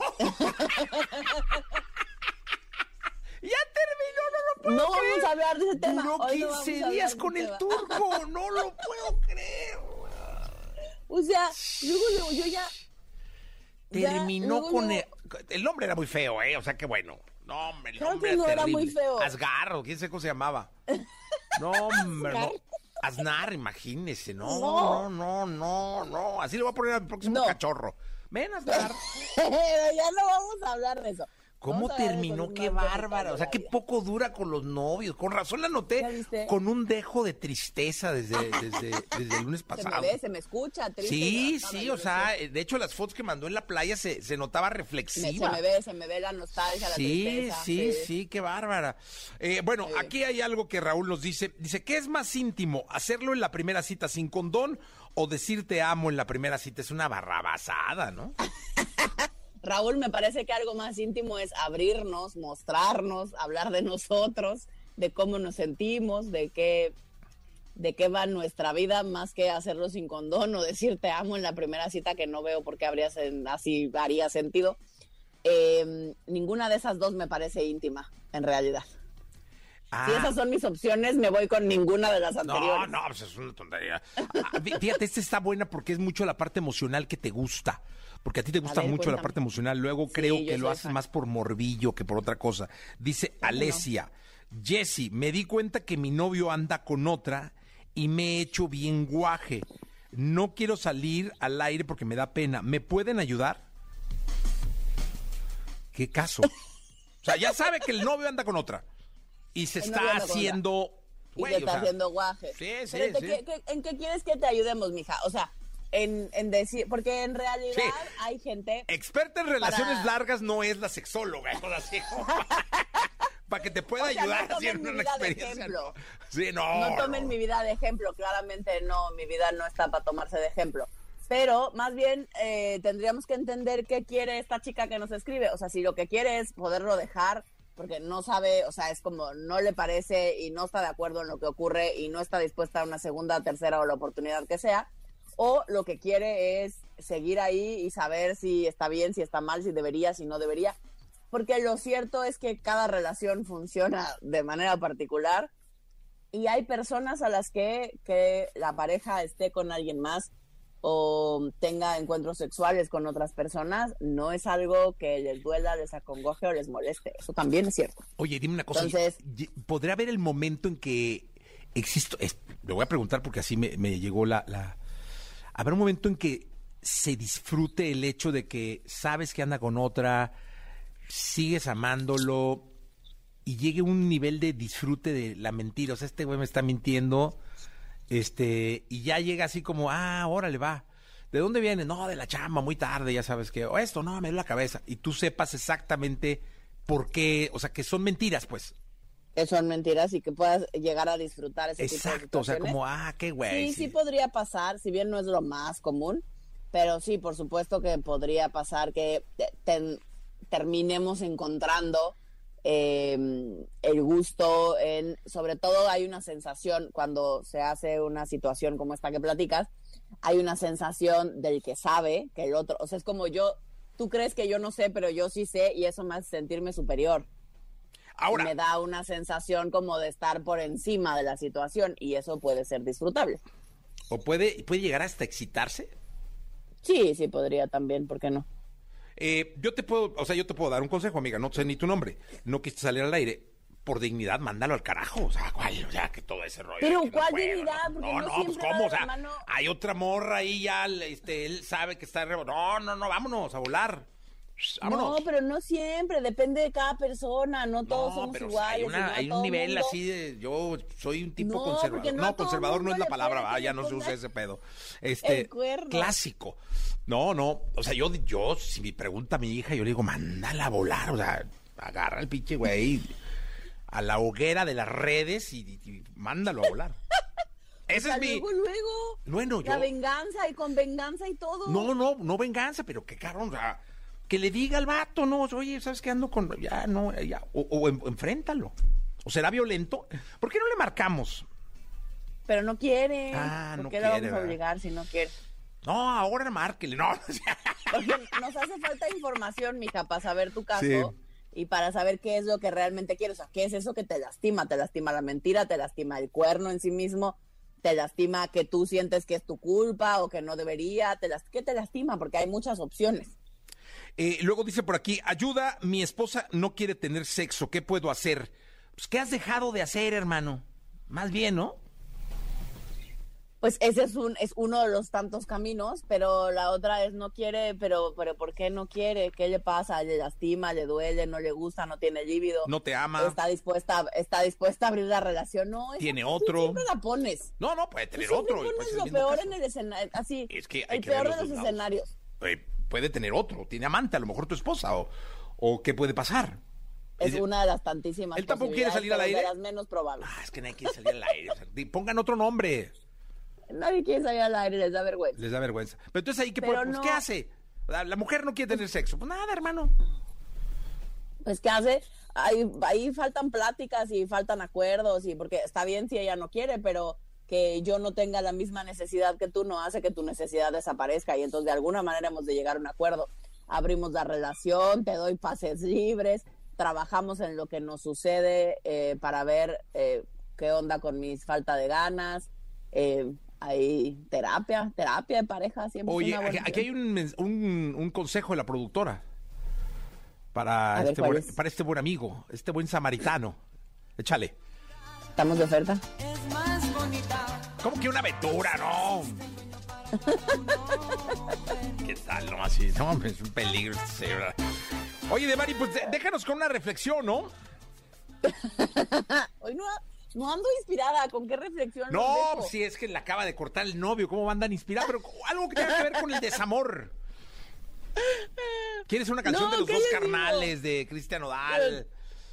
Ya terminó, no lo puedo No creer. vamos a hablar de ese tema. Duró Hoy no quince vamos a días hablar con de ese el tema. turco, no lo puedo creer. O sea, luego, luego yo ya... ya, Terminó luego, con luego- el... El nombre era muy feo, ¿eh? O sea, qué bueno. No, hombre, el Claro nombre que no era terrible. muy feo. Asgar, o quién sé cómo se llamaba. No, hombre, no. Asgar. Aznar, imagínese. No, No. no, no, no, no. Así le voy a poner al próximo No. cachorro. Ven, Aznar. Pero ya no vamos a hablar de eso. ¿Cómo Vamos a hablar de terminó? cosas Qué más bonitas bárbara. de O sea, la qué vida. poco dura con los novios. Con razón la noté ¿Ya viste? con un dejo de tristeza desde, desde, desde el lunes Se pasado. me ve, se me escucha, triste. Sí, devastada, sí, yo o no sea, sé. de hecho las fotos que mandó en la playa se, se notaba Me- reflexiva. se me ve, se me ve la nostalgia, la Sí, tristeza. sí, sí, qué bárbara. Eh, bueno, Sí. aquí hay algo que Raúl nos dice. Dice, ¿qué es más íntimo? ¿Hacerlo en la primera cita sin condón o decir te amo en la primera cita? Es una barrabasada, ¿no? Raúl, me parece que algo más íntimo es abrirnos, mostrarnos, hablar de nosotros, de cómo nos sentimos, de qué, de qué va nuestra vida, más que hacerlo sin condón o decir te amo en la primera cita, que no veo por qué habría, sen- así haría sentido. Eh, ninguna de esas dos me parece íntima, en realidad. Ah, Si esas son mis opciones, me voy con ninguna de las no, anteriores. no, pues es una tontería. Ah, fí- Fíjate, esta está buena porque es mucho la parte emocional que te gusta. Porque a ti te gusta ver, mucho la cuéntame. parte emocional. Luego Sí, creo yo que lo soy haces fan. más por morbillo que por otra cosa. Dice Alesia, Jessy, me di cuenta que mi novio anda con otra y me he hecho bien guaje. No quiero salir al aire porque me da pena. ¿Me pueden ayudar? ¿Qué caso? O sea, ya sabe que el novio anda con otra y se El está novio anda con haciendo... Y güey, te o está sea, haciendo guaje. Sí, sí, Pero te- sí. ¿qué- qué- ¿En qué quieres que te ayudemos, mija? O sea, en, en decir, porque en realidad Sí. hay gente... Experta en relaciones Para- largas no es la sexóloga, es así como para que te pueda O sea, no ayudar tomen haciendo mi una vida de experiencia. ejemplo. ¿no? Sí, no. No tomen no. mi vida de ejemplo, claramente no, mi vida no está para tomarse de ejemplo. Pero más bien eh, tendríamos que entender qué quiere esta chica que nos escribe. O sea, si lo que quiere es poderlo dejar porque no sabe, o sea, es como no le parece y no está de acuerdo en lo que ocurre y no está dispuesta a una segunda, tercera o la oportunidad que sea, o lo que quiere es seguir ahí y saber si está bien, si está mal, si debería, si no debería. Porque lo cierto es que cada relación funciona de manera particular y hay personas a las que, que la pareja esté con alguien más o tenga encuentros sexuales con otras personas, no es algo que les duela, les acongoje o les moleste. Eso también es cierto. Oye, dime una cosa. Entonces- y- ¿podría haber el momento en que existo? es- le voy a preguntar porque así me, me llegó la, la. ¿Habrá un momento en que se disfrute el hecho de que sabes que anda con otra, sigues amándolo y llegue un nivel de disfrute de la mentira? O sea, este güey me está mintiendo, este, y ya llega así como, ah, órale, va. ¿De dónde viene? No, de la chamba, muy tarde, ya sabes que, o esto, no, me duele la cabeza. Y tú sepas exactamente por qué, o sea, que son mentiras, pues. Que son mentiras y que puedas llegar a disfrutar ese tipo de Exacto, o sea, situaciones. como, ah, qué güey. Sí, sí podría pasar, si bien no es lo más común, pero sí, por supuesto que podría pasar que te- ten- terminemos encontrando eh, el gusto en, sobre todo hay una sensación cuando se hace una situación como esta que platicas, hay una sensación del que sabe que el otro, o sea, es como yo, tú crees que yo no sé, pero yo sí sé y eso me hace sentirme superior. Ahora, Me da una sensación como de estar por encima de la situación y eso puede ser disfrutable. o puede, puede llegar hasta excitarse. Sí, sí podría también, ¿por qué no? Eh, yo te puedo, o sea, yo te puedo dar un consejo, amiga, no sé ni tu nombre, no quisiste salir al aire. Por dignidad, mándalo al carajo. O sea, ¿cuál? O sea, que todo ese rollo. Pero, de que no ¿cuál puedo, dignidad? No, Porque no, no no, pues siempre cómo, va o de sea, la mano. hay otra morra ahí ya, este, él sabe que está re... No, no, no, vámonos a volar. Vámonos. No, pero no siempre, depende de cada persona, no todos No, somos pero iguales. hay, una, y no a hay un todo nivel mundo. así de, yo soy un tipo No, conservador. porque no a No, todo conservador no mundo es la le palabra, puede ah, que ya le no se usa pongas ese pedo. Este, el cuerno. clásico. No, no, o sea, yo, yo, si me pregunta a mi hija, yo le digo, mándala a volar, o sea, agarra el pinche güey a la hoguera de las redes y, y- y mándalo a volar. Ese O sea, es mi... luego, luego, Bueno, la yo... venganza y con venganza y todo. No, no, no venganza, pero qué cabrón, o sea, que le diga al vato, no, oye, ¿sabes qué ando con...? Ya, no, ya, o, o en- enfréntalo. ¿O será violento? ¿Por qué no le marcamos? Pero no quiere. Ah, ¿Por no qué quiere, lo vamos a ¿verdad? obligar si no quiere? No, ahora márquele, no. Porque nos hace falta información, mija, para saber tu caso Sí. y para saber qué es lo que realmente quieres. O sea, qué es eso que te lastima. Te lastima la mentira, te lastima el cuerno en sí mismo, te lastima que tú sientes que es tu culpa o que no debería. Te las... ¿Qué te lastima? Porque hay muchas opciones. Eh, luego dice por aquí, ayuda, mi esposa no quiere tener sexo, ¿qué puedo hacer? Pues, ¿qué has dejado de hacer, hermano? Más bien, ¿no? Pues ese es un es uno de los tantos caminos, pero la otra es no quiere, pero pero ¿por qué no quiere? ¿Qué le pasa? ¿Le lastima? ¿Le duele? ¿No le gusta? ¿No tiene líbido? No te ama. ¿Está dispuesta está dispuesta a abrir la relación? No, esa- Tiene tú otro. siempre la pones. No, no, puede Tú tener siempre otro. y puede pones ser lo el mismo peor caso. en el escenario, así, Es que hay el que ver peor los de los dos lados. escenarios. Eh, puede tener otro, tiene amante, a lo mejor tu esposa, o, o ¿qué puede pasar? Es Ella- una de las tantísimas ¿Él tampoco quiere salir al posibilidades, aire? pero de las menos probables. Ah, es que nadie quiere salir al aire. O sea, di- pongan otro nombre. Nadie quiere salir al aire, les da vergüenza. Les da vergüenza. Pero entonces ahí, ¿qué, Pero puede- pues, no. ¿qué hace? La, la mujer no quiere tener sexo. Pues nada, hermano. Pues ¿qué hace? Ahí, ahí faltan pláticas y faltan acuerdos, y porque está bien si ella no quiere, pero que yo no tenga la misma necesidad que tú no hace que tu necesidad desaparezca, y entonces de alguna manera hemos de llegar a un acuerdo. Abrimos la relación, te doy pases libres, trabajamos en lo que nos sucede eh, para ver eh, qué onda con mis falta de ganas. Eh, hay terapia, terapia de pareja siempre. es Oye, una buena aquí, aquí opción. hay un, mens- un, un consejo de la productora para A ver, este, ¿cuál buen, es? para este buen amigo, este buen samaritano. Échale. ¿Estamos de oferta? ¿Cómo que una aventura? No. ¿Qué tal? No, así, no, es un peligro. este señor. Oye, Demari, pues de- déjanos con una reflexión, ¿no? Hoy no, no ando inspirada, ¿con qué reflexión? los No, dejo? pues sí, es que le acaba de cortar el novio, ¿cómo andan inspirados? Pero algo que tenga que ver con el desamor. ¿Quieres una canción No, de los ¿qué dos les digo? carnales de Cristian Odal?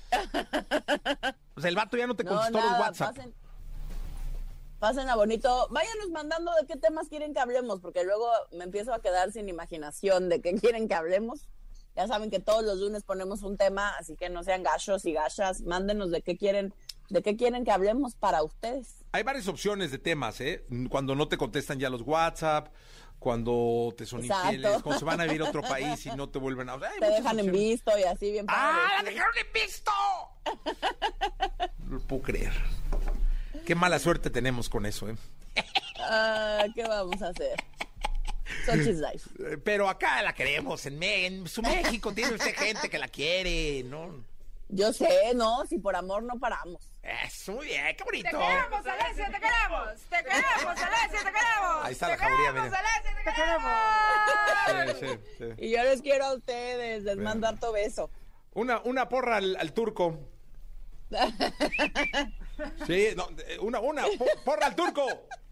O sea, el vato ya no te No, contestó los nada, WhatsApp. Pasen, pásenla bonito. Váyanos mandando de qué temas quieren que hablemos, porque luego me empiezo a quedar sin imaginación de qué quieren que hablemos. Ya saben que todos los lunes ponemos un tema, así que no sean gachos y gachas. Mándenos de qué quieren, de qué quieren que hablemos para ustedes. Hay varias opciones de temas, ¿eh? Cuando no te contestan ya los WhatsApp, cuando te son Exacto. infieles, cuando se van a vivir a otro país y no te vuelven a... Hay Te muchas dejan en opciones. visto y así bien ¡Ah, padre. la dejaron en visto! No lo puedo creer. Qué mala suerte tenemos con eso, ¿eh? Ah, ¿qué vamos a hacer? Sochi's Life. Eh, Pero acá la queremos, en, Me- en su México tiene usted gente que la quiere, ¿no? Yo sé, ¿no? Si por amor no paramos. Eso, muy bien, qué bonito. Te queremos, Alessia, te queremos. Te queremos, Alessia, te queremos. Ahí está la Te jauría, queremos, miren. Alessia, te queremos. Sí, sí, sí. Y yo les quiero a ustedes, les mando harto beso. Una, una porra al, al turco. Sí, no, eh, una, una, po- porra al turco.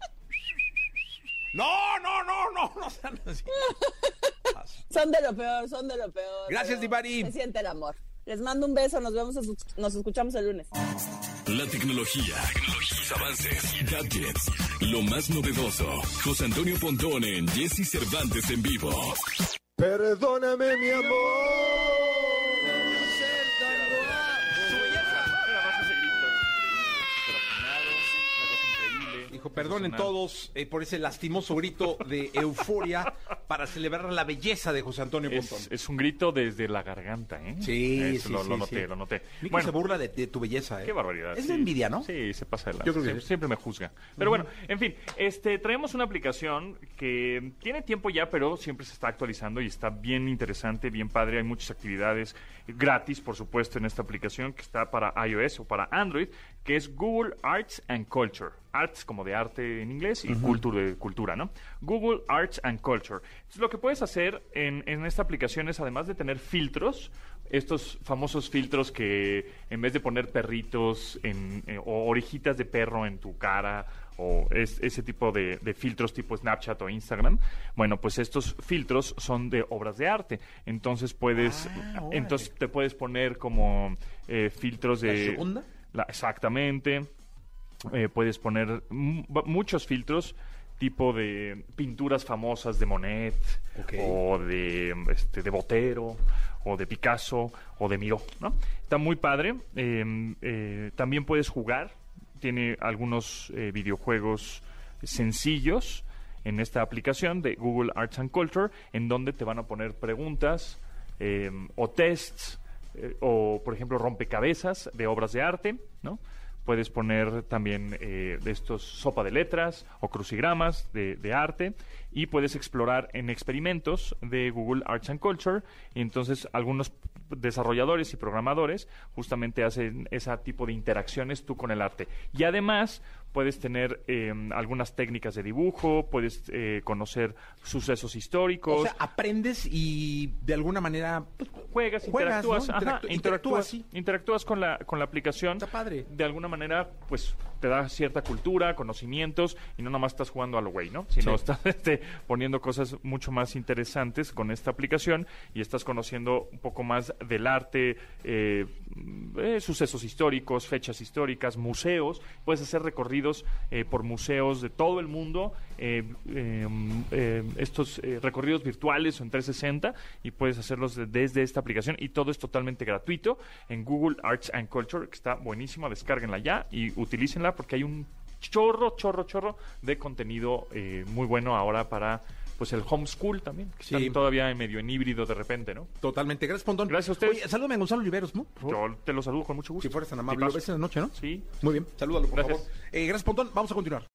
No, no, no, no, no sean así. Son de lo peor, son de lo peor. Gracias, pero Divari. Se siente el amor. Les mando un beso, nos vemos, nos escuchamos el lunes. La tecnología, tecnología, avances, gadgets, lo más novedoso. José Antonio Pontón en Jesse Cervantes en vivo. Perdóname, mi amor. Mira, más ese grito, pero afinado, una cosa increíble. Hijo, perdonen Sensacional. todos eh, por ese lastimoso grito de euforia para celebrar la belleza de José Antonio Pontón. Es, es un grito desde la garganta, ¿eh? Sí, Eso, sí, lo, sí, lo noté, sí. lo noté. Nico se burla de, de tu belleza, ¿eh? Qué barbaridad. Es sí. de envidia, ¿no? Sí, se pasa de la. Yo creo que siempre, sí. siempre me juzga. Pero bueno, en fin, este, traemos una aplicación que tiene tiempo ya, pero siempre se está actualizando y está bien interesante, bien padre. Hay muchas actividades gratis, por supuesto, en esta aplicación que está para iOS o para Android, que es Google Arts and Culture. Arts como de arte en inglés y uh-huh. Culture de cultura, ¿no? Google Arts and Culture. Entonces, lo que puedes hacer en, en esta aplicación es, además de tener filtros, estos famosos filtros que en vez de poner perritos en, eh, o orejitas de perro en tu cara o es, ese tipo de, de filtros tipo Snapchat o Instagram, bueno, pues estos filtros son de obras de arte. Entonces puedes, ah, entonces te puedes poner como eh, filtros de... ¿La segunda? La, exactamente. Eh, puedes poner m- muchos filtros tipo de pinturas famosas de Monet, okay, o de, este, de Botero, o de Picasso, o de Miró, ¿no? Está muy padre. Eh, eh, también puedes jugar. Tiene algunos eh, videojuegos sencillos en esta aplicación de Google Arts and Culture, en donde te van a poner preguntas eh, o tests, eh, o por ejemplo rompecabezas de obras de arte, ¿no? Puedes poner también eh, de estos sopa de letras o crucigramas de, de arte, y puedes explorar en experimentos de Google Arts and Culture, y entonces algunos desarrolladores y programadores justamente hacen ese tipo de interacciones tú con el arte. Y además puedes tener eh, algunas técnicas de dibujo, puedes eh, conocer sucesos históricos. O sea, aprendes y de alguna manera pues, juegas, juegas, interactúas, ¿no? ajá, Interactú- interactúas, interactúas, sí. interactúas con la con la aplicación. Está padre. De alguna manera, pues te da cierta cultura, conocimientos, y no nomás estás jugando a lo güey, ¿no? Sino Sí. estás este, poniendo cosas mucho más interesantes con esta aplicación, y estás conociendo un poco más del arte, eh, eh, sucesos históricos, fechas históricas, museos. Puedes hacer recorridos eh, por museos de todo el mundo, eh, eh, eh, estos eh, recorridos virtuales o en trescientos sesenta, y puedes hacerlos de- desde esta aplicación, y todo es totalmente gratuito en Google Arts and Culture, que está buenísima. Descárguenla ya y utilícenla, porque hay un chorro, chorro, chorro de contenido eh, muy bueno ahora para pues el homeschool también, que Sí. están todavía en medio en híbrido de repente, ¿no? Totalmente. Gracias, Pontón. Gracias a ustedes. Oye, salúdame a Gonzalo Oliveros, ¿no? Por favor. Yo te lo saludo con mucho gusto. Si fueras tan Sí, amable. Lo paso. ves en la noche, ¿no? Sí. Muy bien. Salúdalo, por Gracias. favor. Eh, gracias, Pontón. Vamos a continuar.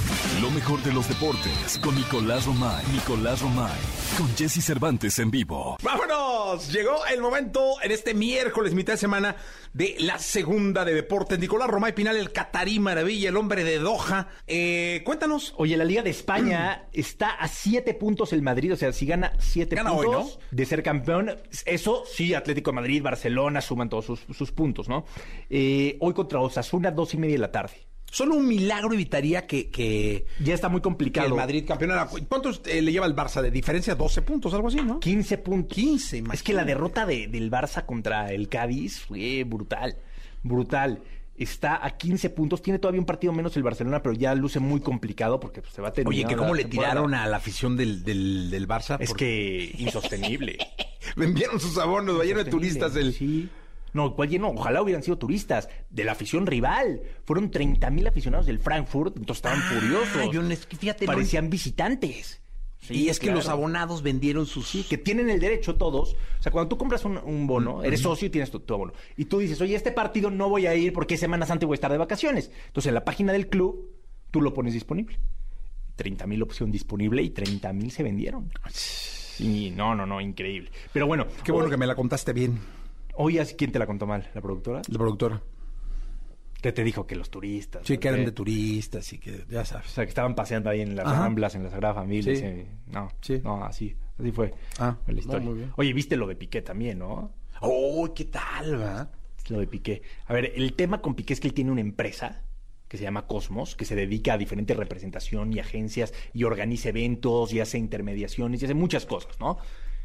Lo mejor de los deportes con Nicolás Romay. Nicolás Romay. Con Jesse Cervantes en vivo. ¡Vámonos! Llegó el momento en este miércoles, mitad de semana, de la segunda de deportes. Nicolás Romay Pinal, el catarí maravilla, el hombre de Doha. Eh, cuéntanos. Oye, la Liga de España está a siete puntos el Madrid, o sea, si gana siete Gana puntos hoy, ¿no? de ser campeón, eso sí, Atlético de Madrid, Barcelona suman todos sus, sus puntos, ¿no? Eh, hoy contra Osasuna, dos y media de la tarde. Solo un milagro evitaría que, que, Ya está muy que complicado. el Madrid campeonara. ¿Cuántos eh, le lleva el Barça de diferencia? doce puntos, algo así, ¿no? quince puntos. quince, Es imagínate. que la derrota de- del Barça contra el Cádiz fue brutal, brutal. Está a quince puntos, tiene todavía un partido menos el Barcelona, pero ya luce muy complicado porque pues, se va a terminar. Oye, que la cómo le temporada. tiraron a la afición del, del, del Barça. Es Porque que insostenible. vendieron sus abonos, vayan de Insostenible, turistas. El... Sí. No, ¿cuál lleno? Ojalá hubieran sido turistas de la afición rival. Fueron treinta mil aficionados del Frankfurt, entonces estaban Ah, furiosos. yo no- es que fíjate, no- Parecían visitantes. y Sí, es que claro. los abonados vendieron sus... Sí, que tienen el derecho todos. O sea, cuando tú compras un, un bono, eres socio y tienes tu, tu abono. Y tú dices, oye, este partido no voy a ir porque es Semana Santa y voy a estar de vacaciones. Entonces, en la página del club, tú lo pones disponible. treinta mil opción disponible y treinta mil se vendieron. Y no, no, no, increíble. Pero bueno, Qué bueno hoy, que me la contaste bien, hoy, ¿quién te la contó mal? ¿La productora? la productora. Que te dijo que los turistas. Sí, que eran ¿no? de turistas y que ya O sabes. sea, que estaban paseando ahí en las Ajá. Ramblas, en la Sagrada Familia. Sí. Sí. No, Sí. no, así, así fue. Ah, fue la no, historia. muy bien. Oye, viste lo de Piqué también, ¿no? ¡Oh, qué tal, va! Lo de Piqué. A ver, el tema con Piqué es que él tiene una empresa que se llama Cosmos, que se dedica a diferentes representación y agencias y organiza eventos y hace intermediaciones y hace muchas cosas, ¿no?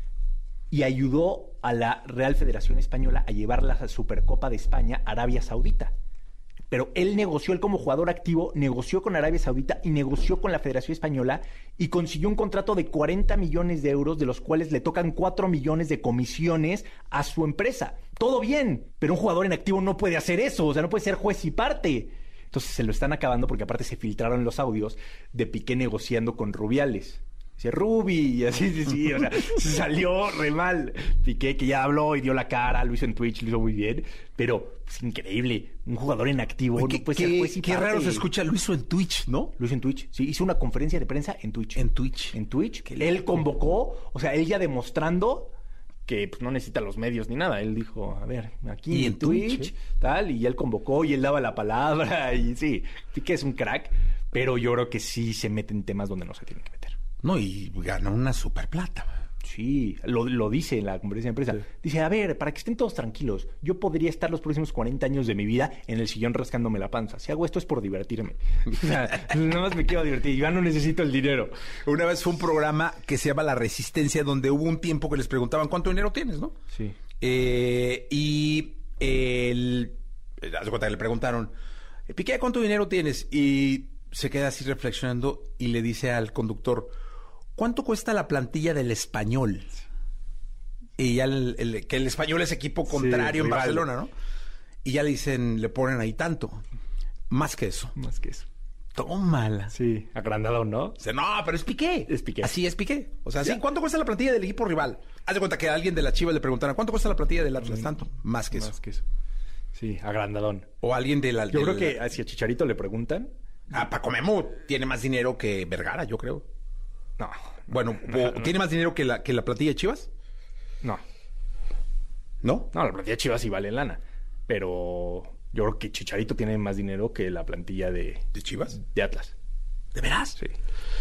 Y ayudó a la Real Federación Española a llevar la Supercopa de España a Arabia Saudita. Pero él negoció, él como jugador activo, negoció con Arabia Saudita y negoció con la Federación Española y consiguió un contrato de cuarenta millones de euros, de los cuales le tocan cuatro millones de comisiones a su empresa. Todo bien, pero un jugador en activo no puede hacer eso, o sea, no puede ser juez y parte. Entonces se lo están acabando porque aparte se filtraron los audios de Piqué negociando con Rubiales. Dice Rubi, y así, sí, sí, o sea, se salió re mal. Piqué, que ya habló y dio la cara, lo hizo en Twitch, lo hizo muy bien, pero es increíble. Un jugador en activo Oye, no qué, puede ser qué- juez y qué parte. raro se escucha. Lo hizo en Twitch, ¿no? Lo hizo en Twitch, sí, hizo una conferencia de prensa en Twitch. En Twitch. En Twitch, Qué él loco. convocó, o sea, él ya demostrando que pues, no necesita los medios ni nada. Él dijo, a ver, aquí y en en Twitch, Twitch, ¿eh? tal, y él convocó y él daba la palabra y sí, Piqué es un crack, pero yo creo que sí se mete en temas donde no se tiene que meter. No, y ganó una super plata. Sí, lo, lo dice en la conferencia de prensa. Dice, a ver, para que estén todos tranquilos, yo podría estar los próximos cuarenta años de mi vida en el sillón rascándome la panza. Si hago esto es por divertirme. O sea, nada más me quiero divertir. Yo no necesito el dinero. Una vez fue un programa que se llama La Resistencia, donde hubo un tiempo que les preguntaban cuánto dinero tienes, ¿no? Sí. Eh, y el... Haz de cuenta que le preguntaron, Piqué, ¿cuánto dinero tienes? Y se queda así reflexionando y le dice al conductor, ¿cuánto cuesta la plantilla del Español? Y ya el, el- que el Español es equipo contrario en rival. Barcelona, ¿no? Y ya le dicen, le ponen ahí tanto. Más que eso. Más que eso. Tómala. Sí, agrandado, ¿no? Dice, no, pero es Piqué. Es Piqué. Así es Piqué. O sea, Ya. sí, ¿cuánto cuesta la plantilla del equipo rival? Haz de cuenta que a alguien de la Chivas le preguntaran, ¿cuánto cuesta la plantilla del Atlas? Tanto. Más que eso. Más que eso. Sí, agrandadón. O alguien de la... Yo de creo la- que si a Chicharito le preguntan, Ah, Paco Memo tiene más dinero que Vergara, yo creo. no. Bueno, o- ¿tiene más dinero que la, que la plantilla de Chivas? No. ¿No? No, la plantilla de Chivas sí vale lana. Pero yo creo que Chicharito tiene más dinero que la plantilla de, ¿De Chivas? de Atlas. ¿De veras? Sí.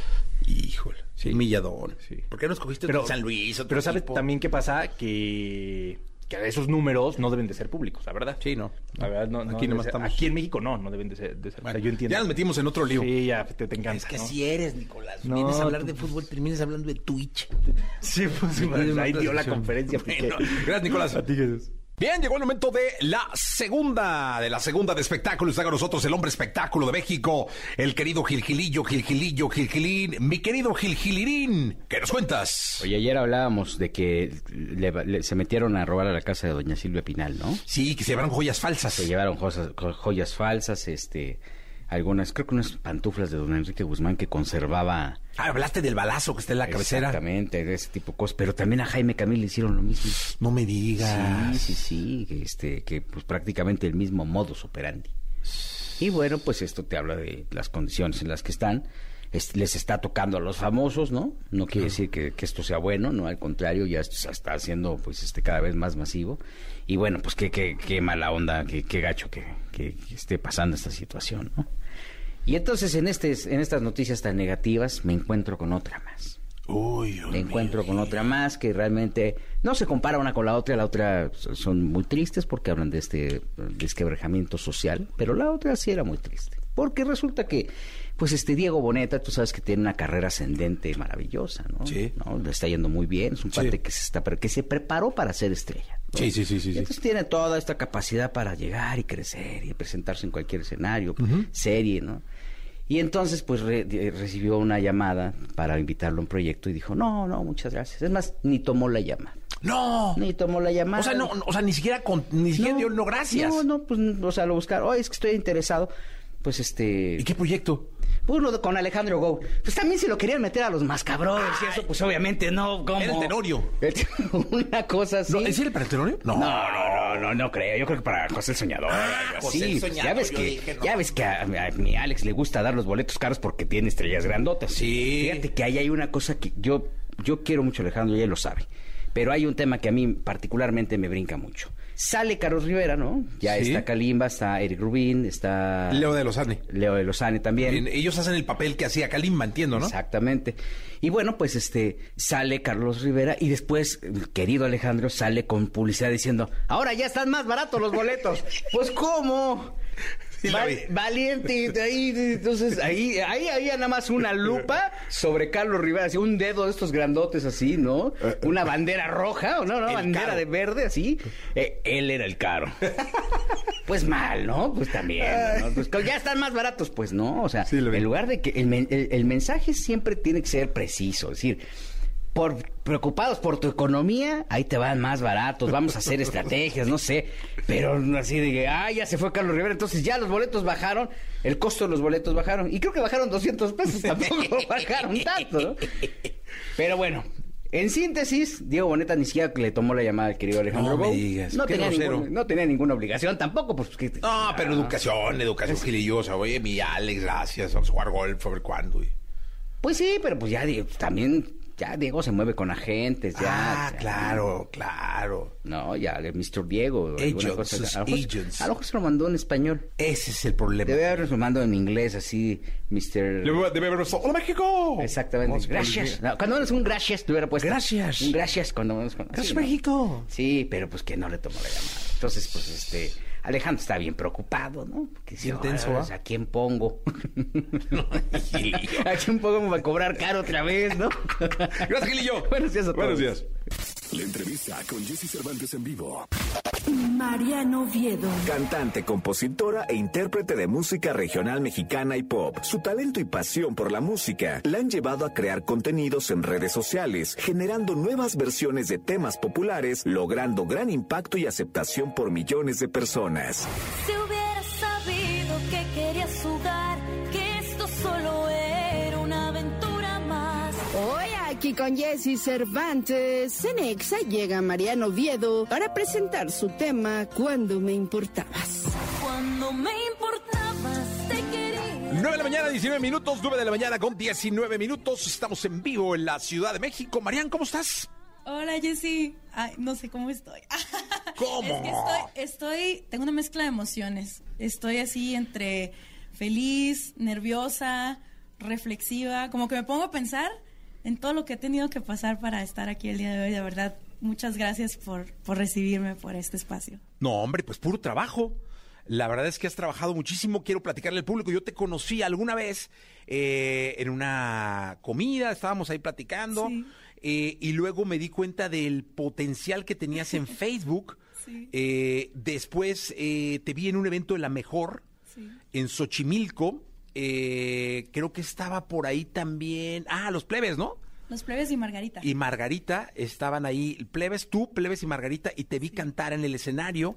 Híjole. Sí, milladón. Sí. ¿Por qué no escogiste Pero, San Luis? otro pero ¿sabes equipo? también qué pasa? Que, que esos números no deben de ser públicos, la verdad. Sí, no. La verdad, no, no Aquí deben nomás de ser- estamos- Aquí en México no, no deben de ser. De ser. Bueno, O sea, yo entiendo. ya nos metimos en otro lío. Sí, ya te, te encanta. Es que ¿no? si eres, Nicolás. No, Vienes a hablar tú- de fútbol, terminas hablando de Twitch. Sí, pues ahí dio la conferencia. Bueno, Piqué. gracias, Nicolás. A ti, Jesús. Bien, llegó el momento de la segunda, de la segunda de espectáculos. Está con nosotros el hombre espectáculo de México, el querido Gilgilillo, Gilgilillo, Gilgilín. Mi querido Gilgilirín, ¿qué nos cuentas? Oye, ayer hablábamos de que le- le- se metieron a robar a la casa de doña Silvia Pinal, ¿no? Sí, que se llevaron joyas falsas. Se llevaron joyas, joyas falsas, este, algunas, creo que unas pantuflas de don Enrique Guzmán que conservaba. Ah, hablaste del balazo que está en la cabecera. Exactamente, de ese tipo de cosas. Pero también a Jaime Camil le hicieron lo mismo. No me digas. Sí, sí, sí, que, este, que pues prácticamente el mismo modus operandi. Y bueno, pues esto te habla de las condiciones en las que están. Es- les está tocando a los famosos, ¿no? No quiere decir que, que esto sea bueno, no, al contrario, ya esto se está haciendo pues este cada vez más masivo. Y bueno, pues qué, qué, qué mala onda, qué, qué gacho que, que, que esté pasando esta situación, ¿no? Y entonces en este, en estas noticias tan negativas me encuentro con otra más. Uy, Dios Me encuentro mío. con otra más que realmente no se compara una con la otra. La otra son muy tristes porque hablan de este desquebrajamiento social, pero la otra sí era muy triste. Porque resulta que, pues este Diego Boneta, tú sabes que tiene una carrera ascendente maravillosa, ¿no? Sí. ¿No? Le está yendo muy bien, es un Sí. cuate que se está, que se preparó para ser estrella, ¿no? Sí, sí, sí, sí, Y sí. entonces tiene toda esta capacidad para llegar y crecer y presentarse en cualquier escenario, serie, ¿no? Y entonces, pues, re- de- recibió una llamada para invitarlo a un proyecto y dijo, no, no, muchas gracias. Es más, ni tomó la llamada. No. Ni tomó la llamada. O sea, no, no, o sea, ni siquiera con, ni siquiera dio no gracias. No, no, pues, o sea, lo buscaron. Oye, es que estoy interesado. Pues, este... ¿Y qué proyecto? Pues lo de- con Alejandro Gou. Pues también se lo querían meter a los mascabrones y eso, pues obviamente no, ¿cómo? Era el Tenorio. Una cosa así. No, ¿es el para el Tenorio? No, no, no, no, no creo. Yo creo que para José el Soñador. Ah, algo José así. el Pues Soñador, ya ves yo que, dije, no. ya ves que a, a mi Alex le gusta dar los boletos caros porque tiene estrellas grandotas. Sí. Fíjate que ahí hay una cosa que yo, yo quiero mucho a Alejandro y él lo sabe. Pero hay un tema que a mí particularmente me brinca mucho. Sale Carlos Rivera, ¿no? Ya Sí. está Kalimba, está Eric Rubín, está... Leo de Lozane. Leo de Lozane también. Bien, ellos hacen el papel que hacía Kalimba, entiendo, ¿no? Exactamente. Y bueno, pues este sale Carlos Rivera y después, el querido Alejandro, sale con publicidad diciendo, ahora ya están más baratos los boletos. Pues ¿cómo? Sí, la Va- vi. valiente, ahí, entonces ahí, ahí había nada más una lupa sobre Carlos Rivera, así un dedo de estos grandotes así, ¿no? Una bandera roja, ¿o no? Una El bandera caro. de verde así. Eh, él era el caro. Pues mal, ¿no? Pues también, ¿no? Pues ya están más baratos, pues no, o sea, Sí, lo vi. en lugar de que el, men- el- el mensaje siempre tiene que ser preciso, es decir, por preocupados por tu economía, ahí te van más baratos, vamos a hacer estrategias, no sé, pero así de que, ah, ya se fue Carlos Rivera, entonces ya los boletos bajaron, el costo de los boletos bajaron, y creo que bajaron doscientos pesos, tampoco bajaron tanto, ¿no? Pero bueno, en síntesis, Diego Boneta ni siquiera le tomó la llamada al querido Alejandro No me Gou. digas, no qué tenía grosero. ningún- no tenía ninguna obligación tampoco, pues que... No, pero educación, educación gilillosa. Oye, mi Alex, gracias. Vamos a jugar golf, a ver cuándo. y- Pues sí, pero pues ya di- también Ya Diego se mueve con agentes, ya. Ah, ya. claro, claro. No, ya, el mister Diego. alguna Agents, cosa. sus A lo mejor- agents. a lo mejor se lo mandó en español. Ese es el problema. Debe haberlo mandado en inglés, así, mister Debe, debe haber puesto, ¡Hola, México! Exactamente. Vamos, Gracias. No, cuando es un gracias, te hubiera puesto. Gracias. Un gracias cuando con, ¡Gracias, sí, ¿no? México! Sí, pero pues que no le tomó la llamada. Entonces, pues este, Alejandro está bien preocupado, ¿no? Porque Bien tenso, ¿ah? ¿a quién pongo? ¿A quién pongo? Me va a cobrar caro otra vez, ¿no? Gracias, Gilillo. Buenos días a todos. Buenos días. La entrevista con Jesse Cervantes en vivo. Mariano Oviedo. Cantante, compositora e intérprete de música regional mexicana y pop. Su talento y pasión por la música la han llevado a crear contenidos en redes sociales, generando nuevas versiones de temas populares, logrando gran impacto y aceptación por millones de personas. Si hubieras sabido que querías jugar, que esto solo era una aventura más. Hoy aquí con Jesse Cervantes, en Exa llega Mariano Oviedo para presentar su tema Cuando me importabas. Cuando me importabas, te quería. nueve de la mañana, diecinueve minutos. nueve de la mañana con diecinueve minutos. Estamos en vivo en la Ciudad de México. Marian, ¿cómo estás? Hola, Jessy. Ay, no sé cómo estoy. ¿Cómo? Es que estoy, estoy, tengo una mezcla de emociones. Estoy así entre feliz, nerviosa, reflexiva. Como que me pongo a pensar en todo lo que he tenido que pasar para estar aquí el día de hoy. De verdad, muchas gracias por, por recibirme, por este espacio. No, hombre, pues puro trabajo. La verdad es que has trabajado muchísimo. Quiero platicarle al público. Yo te conocí alguna vez eh, en una comida. Estábamos ahí platicando. Sí. Eh, y luego me di cuenta del potencial que tenías en Facebook. Sí. Eh, después eh, te vi en un evento de La Mejor, Sí. en Xochimilco. Eh, creo que estaba por ahí también. Ah, los plebes, ¿no? Los plebes y Margarita. Y Margarita estaban ahí. Plebes, tú, plebes y Margarita. Y te vi Sí. cantar en el escenario.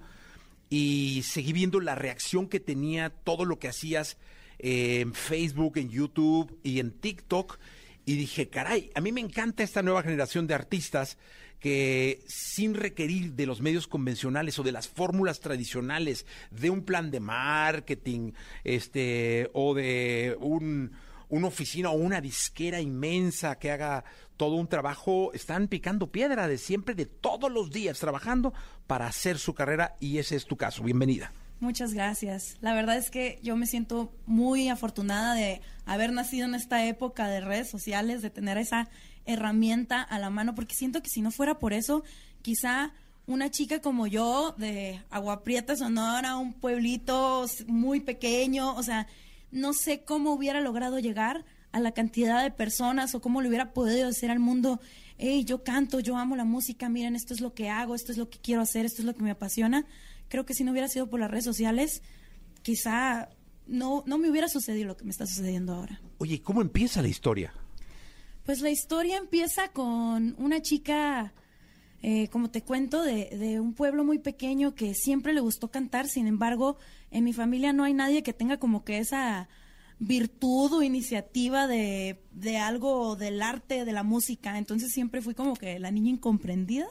Y seguí viendo la reacción que tenía todo lo que hacías eh, en Facebook, en YouTube y en TikTok. Y dije, caray, a mí me encanta esta nueva generación de artistas que sin requerir de los medios convencionales o de las fórmulas tradicionales de un plan de marketing, este, o de un, una oficina o una disquera inmensa que haga todo un trabajo, están picando piedra de siempre, de todos los días, trabajando para hacer su carrera, y ese es tu caso. Bienvenida. Muchas gracias. La verdad es que yo me siento muy afortunada de haber nacido en esta época de redes sociales, de tener esa herramienta a la mano, porque siento que si no fuera por eso, quizá una chica como yo, de Agua Prieta, Sonora, un pueblito muy pequeño, o sea, no sé cómo hubiera logrado llegar a la cantidad de personas o cómo le hubiera podido decir al mundo, hey, yo canto, yo amo la música, miren, esto es lo que hago, esto es lo que quiero hacer, esto es lo que me apasiona. Creo que si no hubiera sido por las redes sociales, quizá no, no me hubiera sucedido lo que me está sucediendo ahora. Oye, ¿cómo empieza la historia? Pues la historia empieza con una chica, eh, como te cuento, de, de un pueblo muy pequeño que siempre le gustó cantar. Sin embargo, en mi familia no hay nadie que tenga como que esa virtud o iniciativa de, de algo del arte, de la música. Entonces siempre fui como que la niña incomprendida.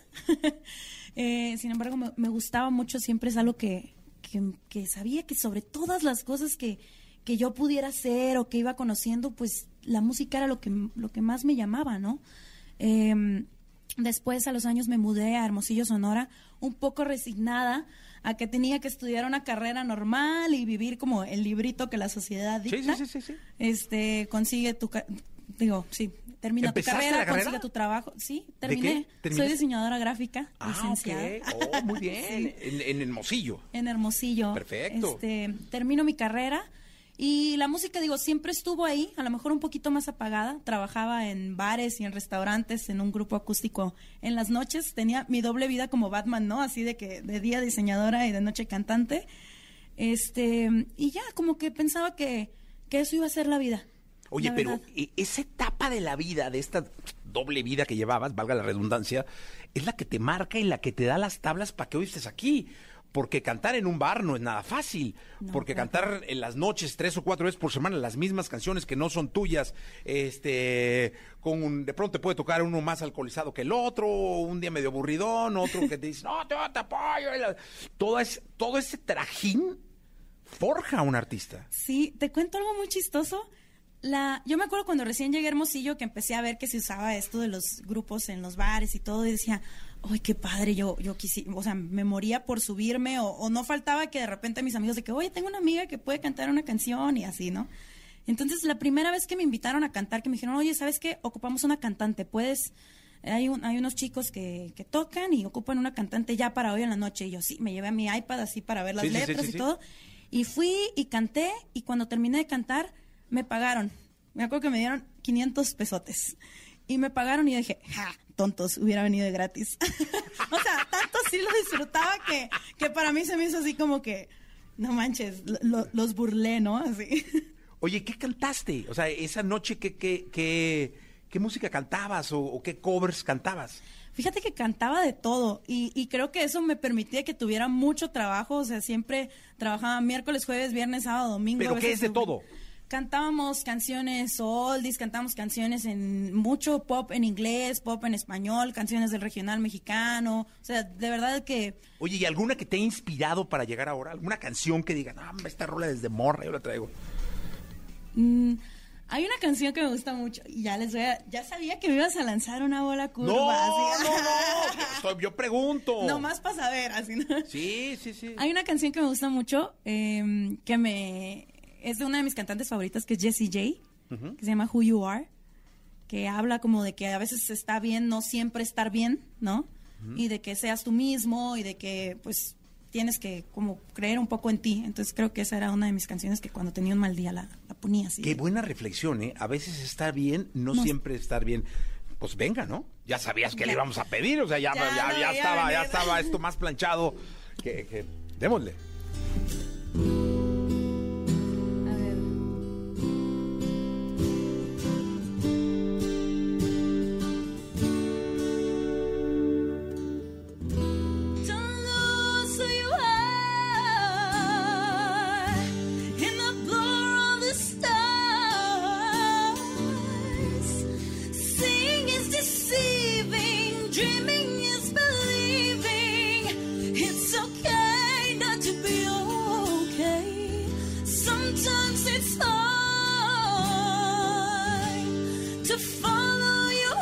eh, sin embargo, me, me gustaba mucho, siempre es algo que, que, que sabía que sobre todas las cosas que, que yo pudiera hacer o que iba conociendo, pues la música era lo que, lo que más me llamaba, ¿no? Eh, después, a los años, me mudé a Hermosillo, Sonora, un poco resignada a que tenía que estudiar una carrera normal y vivir como el librito que la sociedad dicta. Sí, sí, sí, sí, sí. Este, consigue tu, ca- digo, sí, termina tu ¿Empezaste carrera, la carrera? consigue tu trabajo. Sí, ¿De terminé. qué? ¿Terminaste? Soy diseñadora gráfica, Ah, licenciada. ok. Oh, muy bien. Sí. en, en Hermosillo. En Hermosillo. Perfecto. Este, termino mi carrera y la música, digo, siempre estuvo ahí, a lo mejor un poquito más apagada. Trabajaba en bares y en restaurantes, en un grupo acústico en las noches. Tenía mi doble vida como Batman, ¿no? Así de que de día diseñadora y de noche cantante. Este, y ya, como que pensaba que, que eso iba a ser la vida. Oye, la pero verdad. eh, esa etapa de la vida, de esta doble vida que llevabas, valga la redundancia, es la que te marca y la que te da las tablas para que hoy estés aquí. Porque cantar en un bar no es nada fácil. No, porque claro. cantar en las noches tres o cuatro veces por semana las mismas canciones que no son tuyas, este, con un- de pronto te puede tocar uno más alcoholizado que el otro, un día medio aburridón, otro que te dice, no, te, te apoyo. y la- Todo, es, todo ese trajín forja a un artista. Sí, te cuento algo muy chistoso. La, yo me acuerdo cuando recién llegué a Hermosillo que empecé a ver que se usaba esto de los grupos en los bares y todo, y decía, ¡ay, qué padre! Yo, yo quisi, o sea, me moría por subirme, o, o no faltaba que de repente mis amigos de que, oye, tengo una amiga que puede cantar una canción y así, ¿no? Entonces, la primera vez que me invitaron a cantar, que me dijeron, oye, ¿sabes qué? Ocupamos una cantante, puedes... Hay, un, hay unos chicos que, que tocan y ocupan una cantante ya para hoy en la noche. Y yo sí, me llevé a mi iPad así para ver las sí, letras sí, sí, y sí. todo. Y fui y canté, y cuando terminé de cantar, me pagaron. Me acuerdo que me dieron quinientos pesotes. Y me pagaron y yo dije, ja, tontos, hubiera venido de gratis. O sea, tanto sí lo disfrutaba que, que para mí se me hizo así como que, no manches, lo, los burlé, ¿no? Así. Oye, ¿qué cantaste? O sea, esa noche, ¿qué, qué, qué, qué música cantabas o, o qué covers cantabas? Fíjate que cantaba de todo y, y creo que eso me permitía que tuviera mucho trabajo. O sea, siempre trabajaba miércoles, jueves, viernes, sábado, domingo. ¿Pero a qué veces es de sub- todo? Cantábamos canciones oldies, cantábamos canciones en mucho pop en inglés, pop en español, canciones del regional mexicano. O sea, de verdad que... Oye, ¿y alguna que te ha inspirado para llegar ahora? ¿Alguna canción que diga, no, esta rola desde morra, yo la traigo? Mm, hay una canción que me gusta mucho y ya les voy a... Ya sabía que me ibas a lanzar una bola curva. No, así. no, no, estoy- yo pregunto. No más para saber, así, ¿no? Sí, sí, sí. Hay una canción que me gusta mucho, eh, que me... Es de una de mis cantantes favoritas, que es Jessie J, Ujú. que se llama Who You Are, que habla como de que a veces está bien no siempre estar bien, ¿no? Ujú. Y de que seas tú mismo y de que, pues, tienes que como creer un poco en ti. Entonces creo que esa era una de mis canciones que cuando tenía un mal día la, la ponía así. Qué buena reflexión, ¿eh? A veces estar bien, no, No. siempre estar bien. Pues venga, ¿no? Ya sabías que Ya. le íbamos a pedir, o sea, ya, Ya ya, lo ya veía estaba, ya venir. estaba esto más planchado. Que, que... Démosle. A ver. Don't lose who you are in the blur of the stars. Seeing is deceiving, dreaming is believing. It's okay not to be okay. Sometimes it's hard to follow your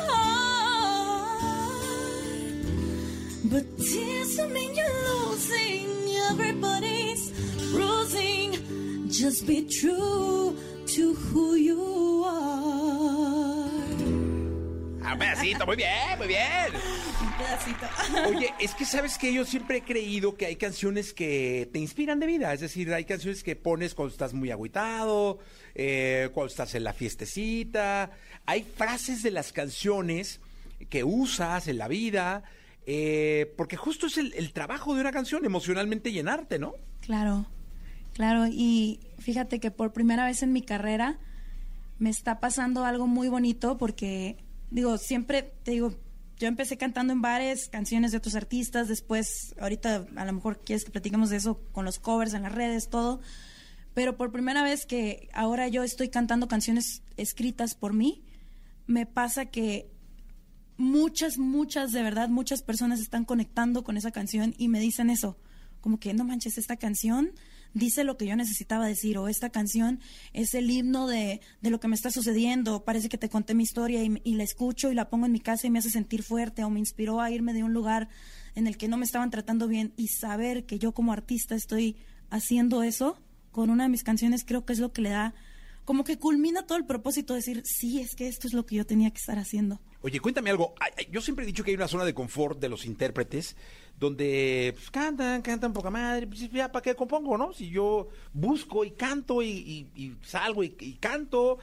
heart. But tears don't mean you're losing. Everybody's bruising. Just be true to who you are. Ah, un pedacito, muy bien, muy bien. Un pedacito. Oye, es que sabes que yo siempre he creído que hay canciones que te inspiran de vida. Es decir, hay canciones que pones cuando estás muy agüitado, eh, cuando estás en la fiestecita. Hay frases de las canciones que usas en la vida, eh, porque justo es el, el trabajo de una canción, emocionalmente llenarte, ¿no? Claro, claro. Y fíjate que por primera vez en mi carrera me está pasando algo muy bonito porque, digo, siempre, te digo, yo empecé cantando en bares, canciones de otros artistas, después, ahorita a lo mejor quieres que platiquemos de eso con los covers en las redes, todo, pero por primera vez que ahora yo estoy cantando canciones escritas por mí, me pasa que muchas, muchas, de verdad, muchas personas están conectando con esa canción y me dicen eso, como que no manches, esta canción dice lo que yo necesitaba decir, o esta canción es el himno de, de lo que me está sucediendo, parece que te conté mi historia y, y la escucho y la pongo en mi casa y me hace sentir fuerte, o me inspiró a irme de un lugar en el que no me estaban tratando bien, y saber que yo como artista estoy haciendo eso con una de mis canciones, creo que es lo que le da, como que culmina todo el propósito de decir, sí, es que esto es lo que yo tenía que estar haciendo. Oye, cuéntame algo. Ay, ay, Yo siempre he dicho que hay una zona de confort de los intérpretes donde pues, cantan, cantan poca madre. Pues, ya, ¿para qué compongo, no? Si yo busco y canto y, y- y salgo y, y canto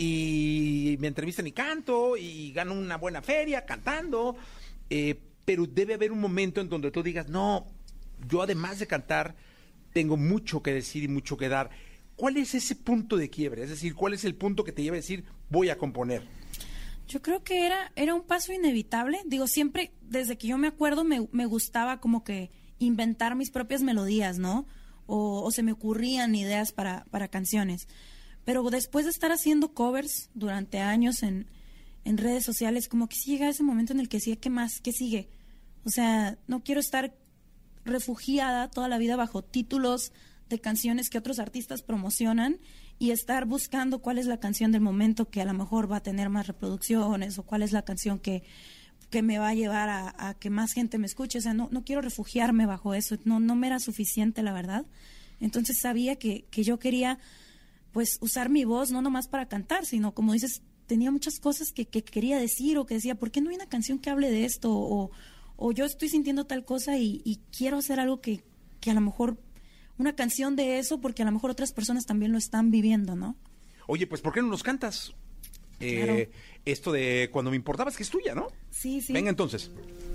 y me entrevistan y canto y gano una buena feria cantando. eh, pero debe haber un momento en donde tú digas, no, yo además de cantar tengo mucho que decir y mucho que dar. ¿Cuál es ese punto de quiebre? Es decir, ¿cuál es el punto que te lleva a decir, voy a componer? Yo creo que era, era un paso inevitable. Digo, siempre, desde que yo me acuerdo, me, me gustaba como que inventar mis propias melodías, ¿no? O, o se me ocurrían ideas para, para canciones. Pero después de estar haciendo covers durante años en, en redes sociales, como que sí llega ese momento en el que decía, ¿qué más? ¿Qué sigue? O sea, no quiero estar refugiada toda la vida bajo títulos de canciones que otros artistas promocionan y estar buscando cuál es la canción del momento que a lo mejor va a tener más reproducciones o cuál es la canción que, que me va a llevar a, a que más gente me escuche. O sea, no, no quiero refugiarme bajo eso, no, no me era suficiente, la verdad. Entonces sabía que, que yo quería pues usar mi voz no nomás para cantar, sino como dices, tenía muchas cosas que, que quería decir o que decía, ¿por qué no hay una canción que hable de esto? O, o yo estoy sintiendo tal cosa y, y quiero hacer algo que, que a lo mejor... una canción de eso, porque a lo mejor otras personas también lo están viviendo, ¿no? Oye, pues ¿por qué no nos cantas? Claro. Eh, esto de Cuando me importabas, que es tuya, ¿no? Sí, sí. Venga, entonces.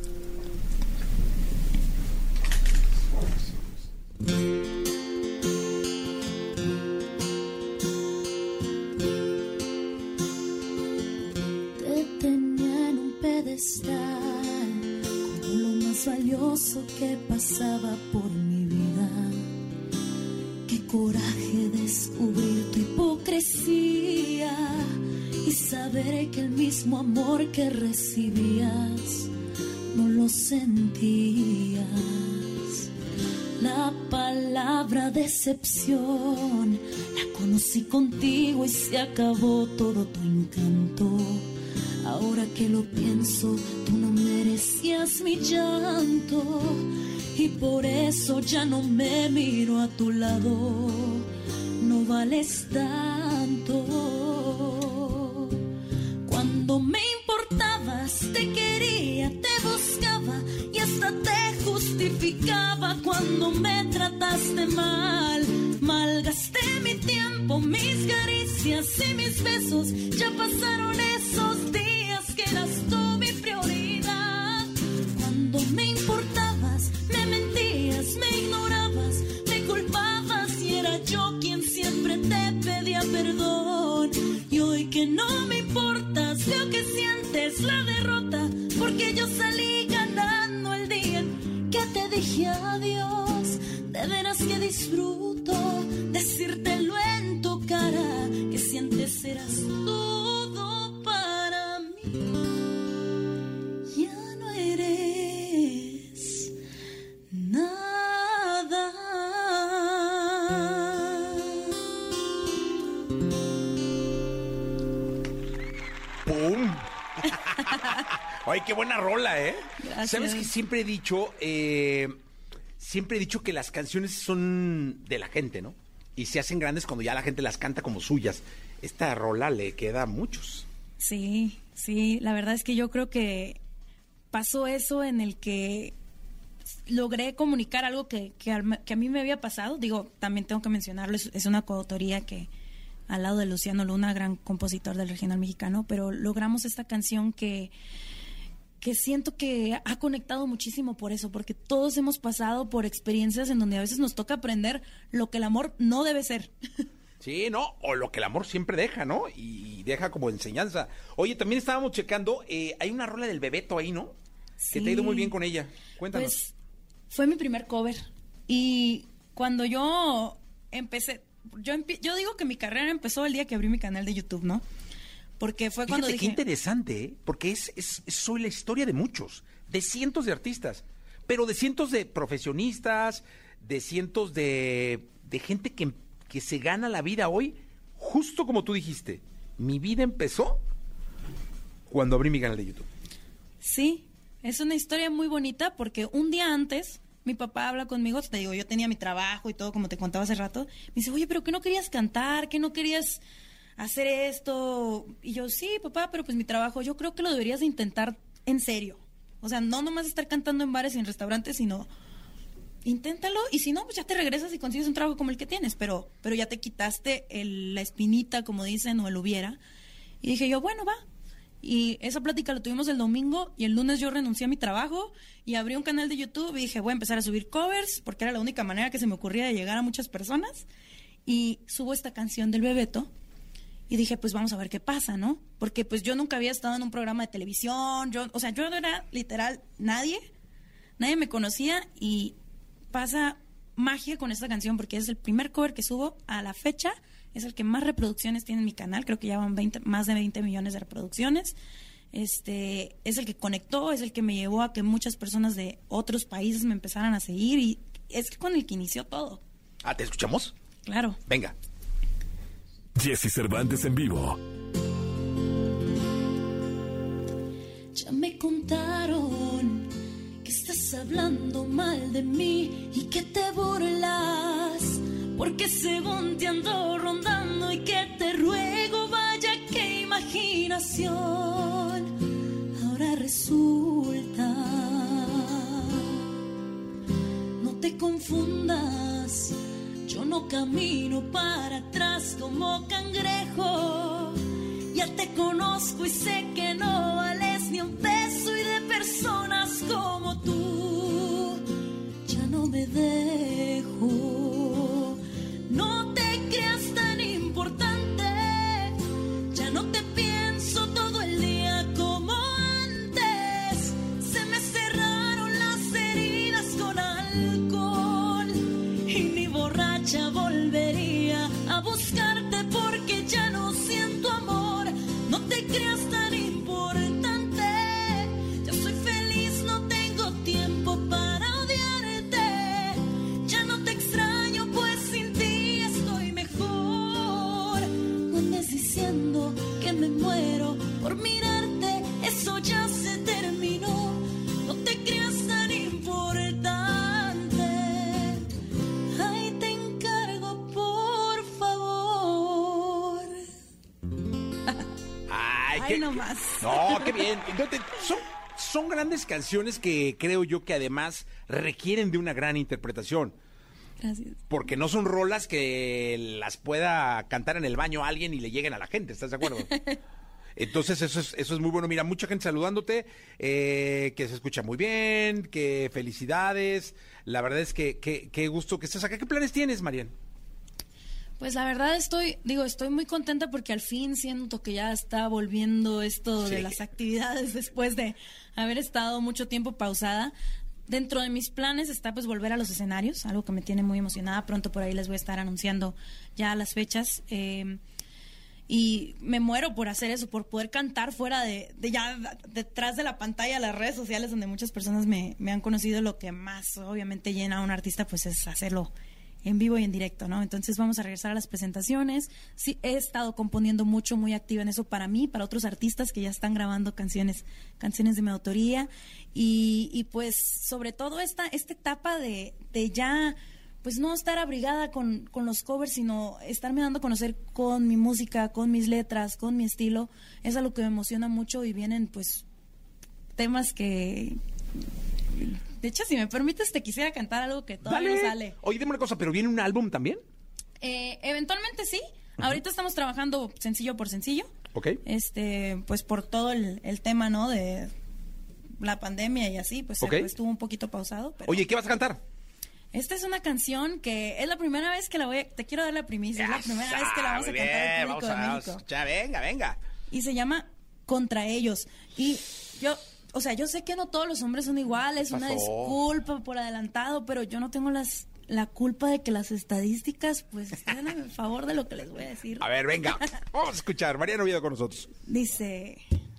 Te tenía en un pedestal como lo más valioso que pasaba por mi vida. Qué coraje descubrir tu hipocresía y saber que el mismo amor que recibías no lo sentías. La palabra decepción la conocí contigo y se acabó todo tu encanto. Ahora que lo pienso, tú no merecías mi llanto. Y por eso ya no me miro a tu lado, no vales tanto. Cuando me importabas, te quería, te buscaba y hasta te justificaba cuando me trataste mal. Malgasté mi tiempo, mis caricias y mis besos. Ya pasaron esos días que eras tú mi prioridad. Cuando me importabas, me mentías, me ignorabas, me culpabas y era yo quien siempre te pedía perdón. Y hoy que no me importas, veo que sientes la derrota, porque yo salí ganando el día que te dije adiós. De veras que disfruto decírtelo en tu cara, que sientes serás todo para mí. Ya no eres nada. ¡Pum! Ay, qué buena rola, ¿eh? Gracias. Sabes que siempre he dicho, eh, siempre he dicho que las canciones son de la gente, ¿no? Y se hacen grandes cuando ya la gente las canta como suyas. Esta rola le queda a muchos. Sí, sí, la verdad es que yo creo que pasó eso en el que logré comunicar algo que, que, al- que a mí me había pasado. Digo, también tengo que mencionarlo, es, es una coautoría que al lado de Luciano Luna, gran compositor del regional mexicano, pero logramos esta canción que, que siento que ha conectado muchísimo por eso, porque todos hemos pasado por experiencias en donde a veces nos toca aprender lo que el amor no debe ser. Sí, ¿no? O lo que el amor siempre deja, ¿no? Y deja como enseñanza. Oye, también estábamos checando, eh, hay una rola del Bebeto ahí, ¿no? Que te ha ido muy bien con ella. Cuéntanos. Pues fue mi primer cover. Y cuando yo empecé, yo, empi- yo digo que mi carrera empezó el día que abrí mi canal de YouTube, ¿no? Porque fue cuando Fíjate qué dije... interesante, ¿eh? Porque es, es, es soy la historia de muchos, de cientos de artistas, pero de cientos de profesionistas, de cientos de, de gente que, que se gana la vida hoy, justo como tú dijiste. Mi vida empezó cuando abrí mi canal de YouTube. Sí, es una historia muy bonita porque un día antes mi papá habla conmigo, te digo, yo tenía mi trabajo y todo, como te contaba hace rato. Me dice, oye, ¿pero qué no querías cantar? ¿Qué no querías hacer esto? Y yo, sí, papá, pero pues mi trabajo, yo creo que lo deberías de intentar en serio. O sea, no nomás estar cantando en bares y en restaurantes, sino inténtalo y si no, pues ya te regresas y consigues un trabajo como el que tienes, pero, pero ya te quitaste el- la espinita, como dicen, o el hubiera. Y dije yo, bueno, va. Y esa plática la tuvimos el domingo y el lunes yo renuncié a mi trabajo y abrí un canal de YouTube y dije, voy a empezar a subir covers porque era la única manera que se me ocurría de llegar a muchas personas. Y subo esta canción del Bebeto y dije, pues vamos a ver qué pasa, ¿no? Porque pues yo nunca había estado en un programa de televisión, yo, o sea, yo no era literal nadie, nadie me conocía y pasa magia con esta canción porque es el primer cover que subo a la fecha. Es el que más reproducciones tiene en mi canal, creo que ya van veinte, más de veinte millones de reproducciones. Este, es el que conectó, es el que me llevó a que muchas personas de otros países me empezaran a seguir y es con el que inició todo. Ah, ¿te escuchamos? Claro. Venga. Jesse Cervantes en vivo. Ya me contaron que estás hablando mal de mí y que te burlas, porque según te ando rondando y que te ruego, vaya qué imaginación. Ahora resulta, no te confundas, yo no camino para atrás como cangrejo. Ya te conozco y sé que no vales ni un peso, y de personas como tú ya no me dejo. No te creas tan importante, ya no te pienso todo el día como antes. Se me cerraron las heridas con alcohol y ni borracha volvería a buscarte, porque ya no siento amor. No te creas tan importante, yo soy feliz, no tengo tiempo para odiarte. Ya no te extraño, pues sin ti estoy mejor. No andes diciendo que me muero por mirarte, eso ya se terminó. No te creas tan importante, ay, te encargo, por favor. Ay, Ay, qué, no más. No, qué bien. Entonces, son, son grandes canciones que creo yo que además requieren de una gran interpretación. Gracias. Porque no son rolas que las pueda cantar en el baño alguien y le lleguen a la gente, ¿estás de acuerdo? Entonces eso es, eso es muy bueno. Mira, mucha gente saludándote, eh, que se escucha muy bien, que felicidades. La verdad es que qué gusto que estés acá. ¿Qué planes tienes, Marian? Pues la verdad estoy, digo, estoy muy contenta porque al fin siento que ya está volviendo esto Sí. de las actividades después de haber estado mucho tiempo pausada. Dentro de mis planes está pues volver a los escenarios, algo que me tiene muy emocionada. Pronto por ahí les voy a estar anunciando ya las fechas. Eh, y me muero por hacer eso, por poder cantar fuera de, de ya detrás de la pantalla, las redes sociales donde muchas personas me, me han conocido. Lo que más obviamente llena a un artista pues es hacerlo en vivo y en directo, ¿no? Entonces vamos a regresar a las presentaciones. Sí, he estado componiendo mucho, muy activa en eso para mí, para otros artistas que ya están grabando canciones, canciones de mi autoría. Y, y pues sobre todo esta, esta etapa de, de ya, pues no estar abrigada con, con los covers, sino estarme dando a conocer con mi música, con mis letras, con mi estilo, es algo que me emociona mucho, y vienen pues temas que... De hecho, si me permites, te quisiera cantar algo que todavía no sale. Oye, dime una cosa, ¿pero viene un álbum también? Eh, eventualmente sí. Uh-huh. Ahorita estamos trabajando sencillo por sencillo. Ok. Este, pues por todo el, el tema, ¿no? De la pandemia y así, pues okay. estuvo un poquito pausado. Pero... Oye, ¿qué vas a cantar? Esta es una canción que es la primera vez que la voy a... Te quiero dar la primicia. Ya, es la primera vez que la vamos a bien, cantar al público vamos a, de México. Ya, venga, venga. Y se llama Contra Ellos. Y yo... O sea, yo sé que no todos los hombres son iguales, una disculpa por adelantado, pero yo no tengo las la culpa de que las estadísticas pues estén a favor de lo que les voy a decir. A ver, venga, vamos a escuchar. Marian Oviedo con nosotros. Dice...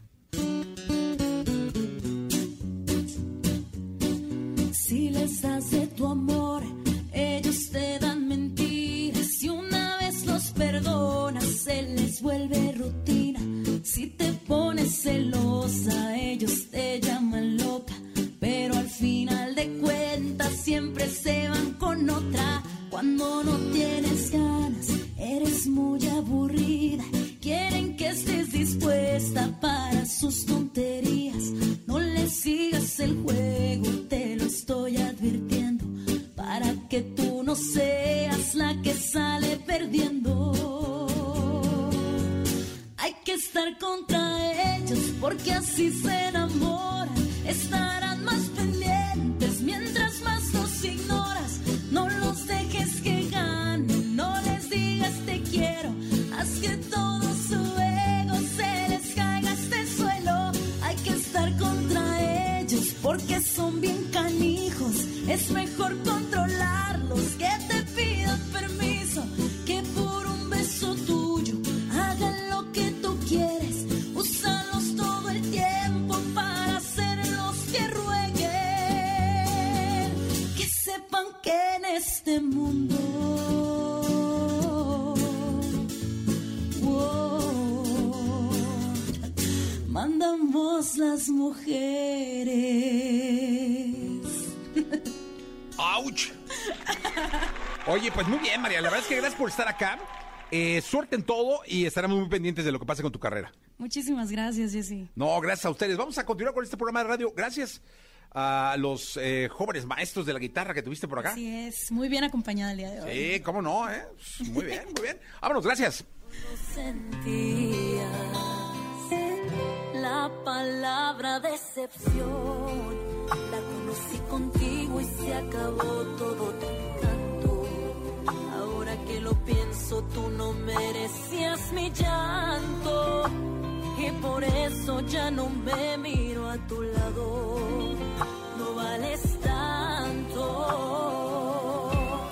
Si les das de tu amor, ellos te dan mentiras. Si una vez los perdonas, se les vuelve rutina. Si te pones celosa, ellos te llaman loca, pero al final de cuentas siempre se van con otra. Cuando no tienes ganas, eres muy aburrida. Quieren que estés dispuesta para sus tonterías. No les sigas el juego, te lo estoy advirtiendo, para que tú no seas la que sale perdiendo. Hay que estar contra ellos, porque así se enamoran. Estarán más pendientes mientras más los ignoras. No los dejes que ganen, no les digas te quiero. Haz que todo su ego se les caiga hasta el suelo. Hay que estar contra ellos, porque son bien canijos. Es mejor controlarlos, que te pidan permiso, que por un beso tuyo hagan lo que tú quieres. Úsalos todo el tiempo para ser los que rueguen. Que sepan que en este mundo mandamos las mujeres. ¡Auch! Oye, pues muy bien, María. La verdad es que gracias por estar acá. Eh, suerte en todo y estaremos muy pendientes de lo que pase con tu carrera. Muchísimas gracias, Jessy. No, gracias a ustedes. Vamos a continuar con este programa de radio. Gracias a los eh, jóvenes maestros de la guitarra que tuviste por acá. Así es, muy bien acompañada el día de hoy. Sí, cómo no, ¿eh? Muy bien, muy bien. Vámonos, gracias. Sentías la palabra decepción, la conocí contigo y se acabó todo tu encanto. Ahora que lo pienso, tú no merecías mi llanto y por eso ya no me miro a tu lado. No vales tanto.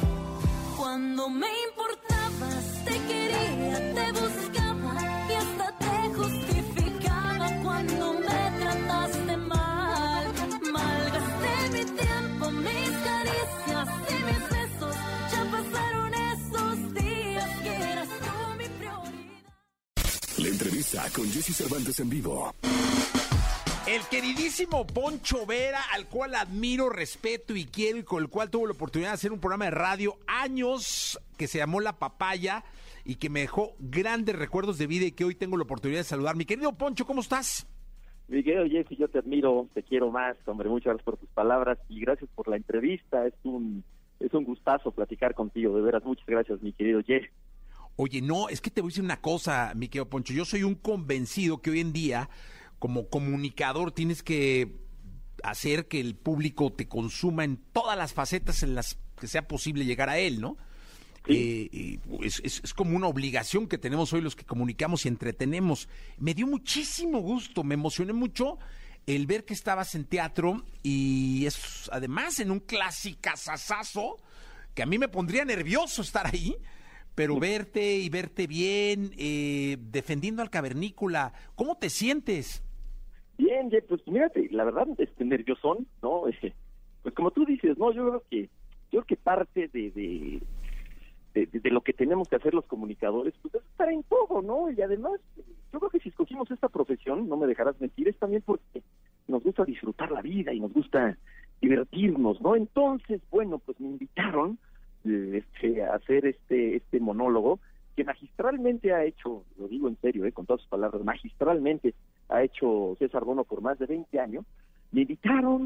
Cuando me importabas, te quería, te buscaba y hasta te justificaba cuando me trataste mal. Malgasté mi tiempo, mis caricias y mis besos. Ya pasaron esos días que eras tú mi prioridad. La entrevista con Jessy Cervantes en vivo. El queridísimo Poncho Vera, al cual admiro, respeto y quiero, y con el cual tuve la oportunidad de hacer un programa de radio años que se llamó La Papaya y que me dejó grandes recuerdos de vida y que hoy tengo la oportunidad de saludar. Mi querido Poncho, ¿cómo estás? Mi querido Jessy, yo te admiro, te quiero más, hombre, muchas gracias por tus palabras y gracias por la entrevista. Es un es un gustazo platicar contigo, de veras, muchas gracias, mi querido Jessy. Oye, no, es que te voy a decir una cosa, mi querido Poncho, yo soy un convencido que hoy en día, como comunicador, tienes que hacer que el público te consuma en todas las facetas en las que sea posible llegar a él, ¿no? Sí. Eh, es, es, es como una obligación que tenemos hoy los que comunicamos y entretenemos. Me dio muchísimo gusto, me emocioné mucho el ver que estabas en teatro y es además en un clasicazazazo que a mí me pondría nervioso estar ahí, pero verte y verte bien, eh, defendiendo al Cavernícola, ¿cómo te sientes? Bien, pues mírate, la verdad, este nerviosón, ¿no? Pues como tú dices, no, yo creo que yo creo que parte de, de, de, de lo que tenemos que hacer los comunicadores, pues es estar en todo, ¿no? Y además, yo creo que si escogimos esta profesión, no me dejarás mentir, es también porque nos gusta disfrutar la vida y nos gusta divertirnos, ¿no? Entonces, bueno, pues me invitaron este, a hacer este este monólogo que magistralmente ha hecho, lo digo en serio, eh, con todas sus palabras, magistralmente ha hecho César Bono por más de veinte años. Me invitaron,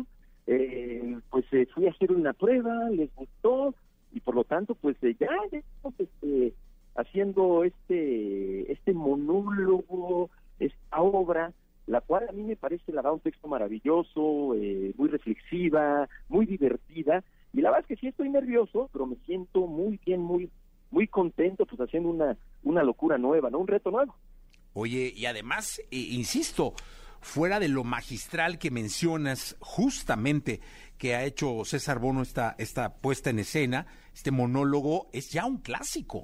eh, pues eh, fui a hacer una prueba, les gustó, y por lo tanto, pues eh, ya, ya estamos este, haciendo este este monólogo, esta obra, la cual a mí me parece, la da un texto maravilloso, eh, muy reflexiva, muy divertida, y la verdad es que sí estoy nervioso, pero me siento muy bien, muy muy contento, pues haciendo una una locura nueva, ¿no? Un reto nuevo. Oye, y además, eh, insisto, fuera de lo magistral que mencionas, justamente que ha hecho César Bono esta, esta puesta en escena, este monólogo, es ya un clásico.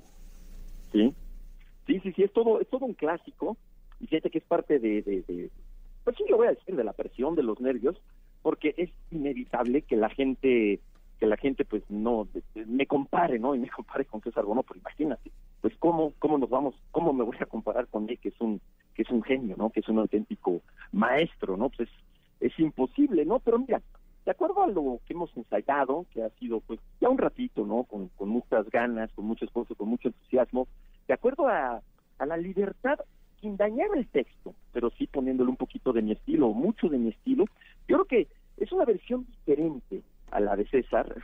Sí, sí, sí, sí, es todo, es todo un clásico, y fíjate que es parte de, de, de, pues sí lo voy a decir, de la presión, de los nervios, porque es inevitable que la gente... que la gente pues no me compare, ¿no? Y me compare con César Bono, pero imagínate, pues cómo cómo nos vamos, cómo me voy a comparar con él, que es un que es un genio, ¿no? Que es un auténtico maestro, ¿no? Pues es, es imposible, ¿no? Pero mira, de acuerdo a lo que hemos ensayado, que ha sido pues ya un ratito, ¿no? Con, con muchas ganas, con mucho esfuerzo, con mucho entusiasmo, de acuerdo a, a la libertad, sin dañar el texto, pero sí poniéndole un poquito de mi estilo, o mucho de mi estilo, yo creo que es una versión diferente a la de César.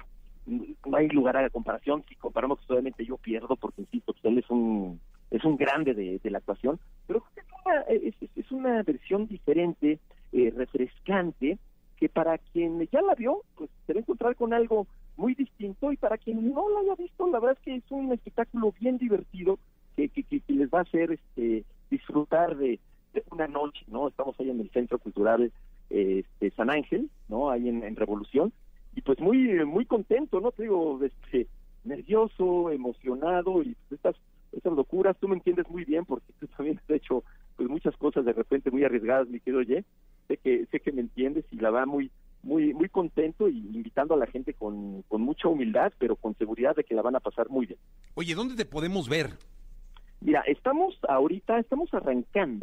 No hay lugar a la comparación. Si comparamos, pues, obviamente yo pierdo, porque insisto, pues él es un es un grande de, de la actuación, pero es una, es, es una versión diferente, eh, refrescante, que para quien ya la vio, pues se va a encontrar con algo muy distinto, y para quien no la haya visto, la verdad es que es un espectáculo bien divertido, que, que, que les va a hacer este disfrutar de, de una noche, ¿no? Estamos ahí en el Centro Cultural eh, este, San Ángel, ¿no? Ahí en, en Revolución, y pues muy muy contento, ¿no? Te digo, este, nervioso, emocionado, y pues estas estas locuras, tú me entiendes muy bien, porque tú también has hecho pues muchas cosas de repente muy arriesgadas, mi querido Ye, sé que sé que me entiendes, y la va muy muy muy contento, y invitando a la gente con, con mucha humildad, pero con seguridad de que la van a pasar muy bien. Oye, ¿dónde te podemos ver? Mira, estamos ahorita, estamos arrancando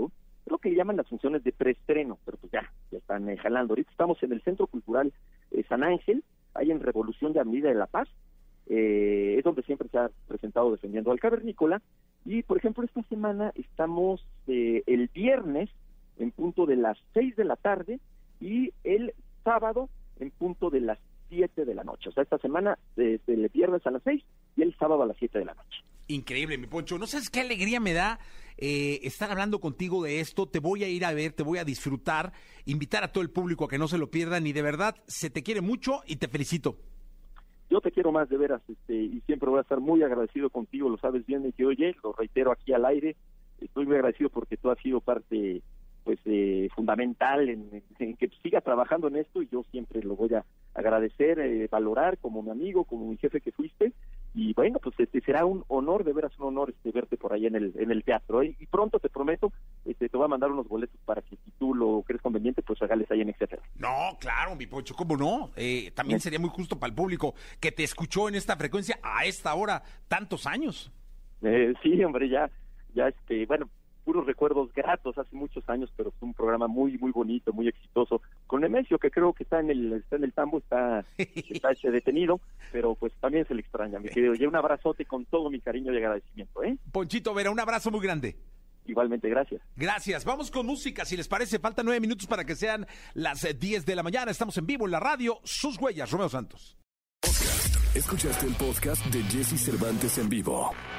lo que llaman las funciones de preestreno, pero pues ya, ya están eh, jalando. Ahorita estamos en el Centro Cultural eh, San Ángel, ahí en Revolución de Avenida de La Paz, eh, es donde siempre se ha presentado Defendiendo al Cavernícola, y por ejemplo esta semana estamos eh, el viernes en punto de las seis de la tarde, y el sábado en punto de las siete de la noche. O sea, esta semana desde el viernes a las seis y el sábado a las siete de la noche. Increíble, mi Poncho. No sabes qué alegría me da eh, estar hablando contigo de esto. Te voy a ir a ver, te voy a disfrutar, invitar a todo el público a que no se lo pierdan, y de verdad se te quiere mucho y te felicito. Yo te quiero más, de veras, este, y siempre voy a estar muy agradecido contigo, lo sabes bien, y que oye, lo reitero aquí al aire, estoy muy agradecido porque tú has sido parte pues eh, fundamental en, en que siga trabajando en esto, y yo siempre lo voy a agradecer, eh, valorar como mi amigo, como mi jefe que fuiste, y bueno, pues este será un honor, de veras un honor este verte por ahí en el en el teatro, ¿eh? Y pronto te prometo, este te voy a mandar unos boletos para que si tú lo crees conveniente, pues regales ahí en etcétera. No, claro, mi Poncho, ¿cómo no? Eh, también sería muy justo para el público que te escuchó en esta frecuencia a esta hora tantos años. Eh, sí, hombre, ya, ya este, bueno, puros recuerdos gratos hace muchos años, pero fue un programa muy muy bonito, muy exitoso, con Nemesio, que creo que está en el está en el tambo, está está este detenido, pero pues también se le extraña, mi querido. Y un abrazote con todo mi cariño y agradecimiento, ¿eh? Ponchito Vera, un abrazo muy grande. Igualmente, gracias. Gracias. Vamos con música, si les parece. Faltan nueve minutos para que sean las diez de la mañana. Estamos en vivo en la radio. Sus Huellas, Romeo Santos. Podcast. Escuchaste el podcast de Jesse Cervantes en vivo.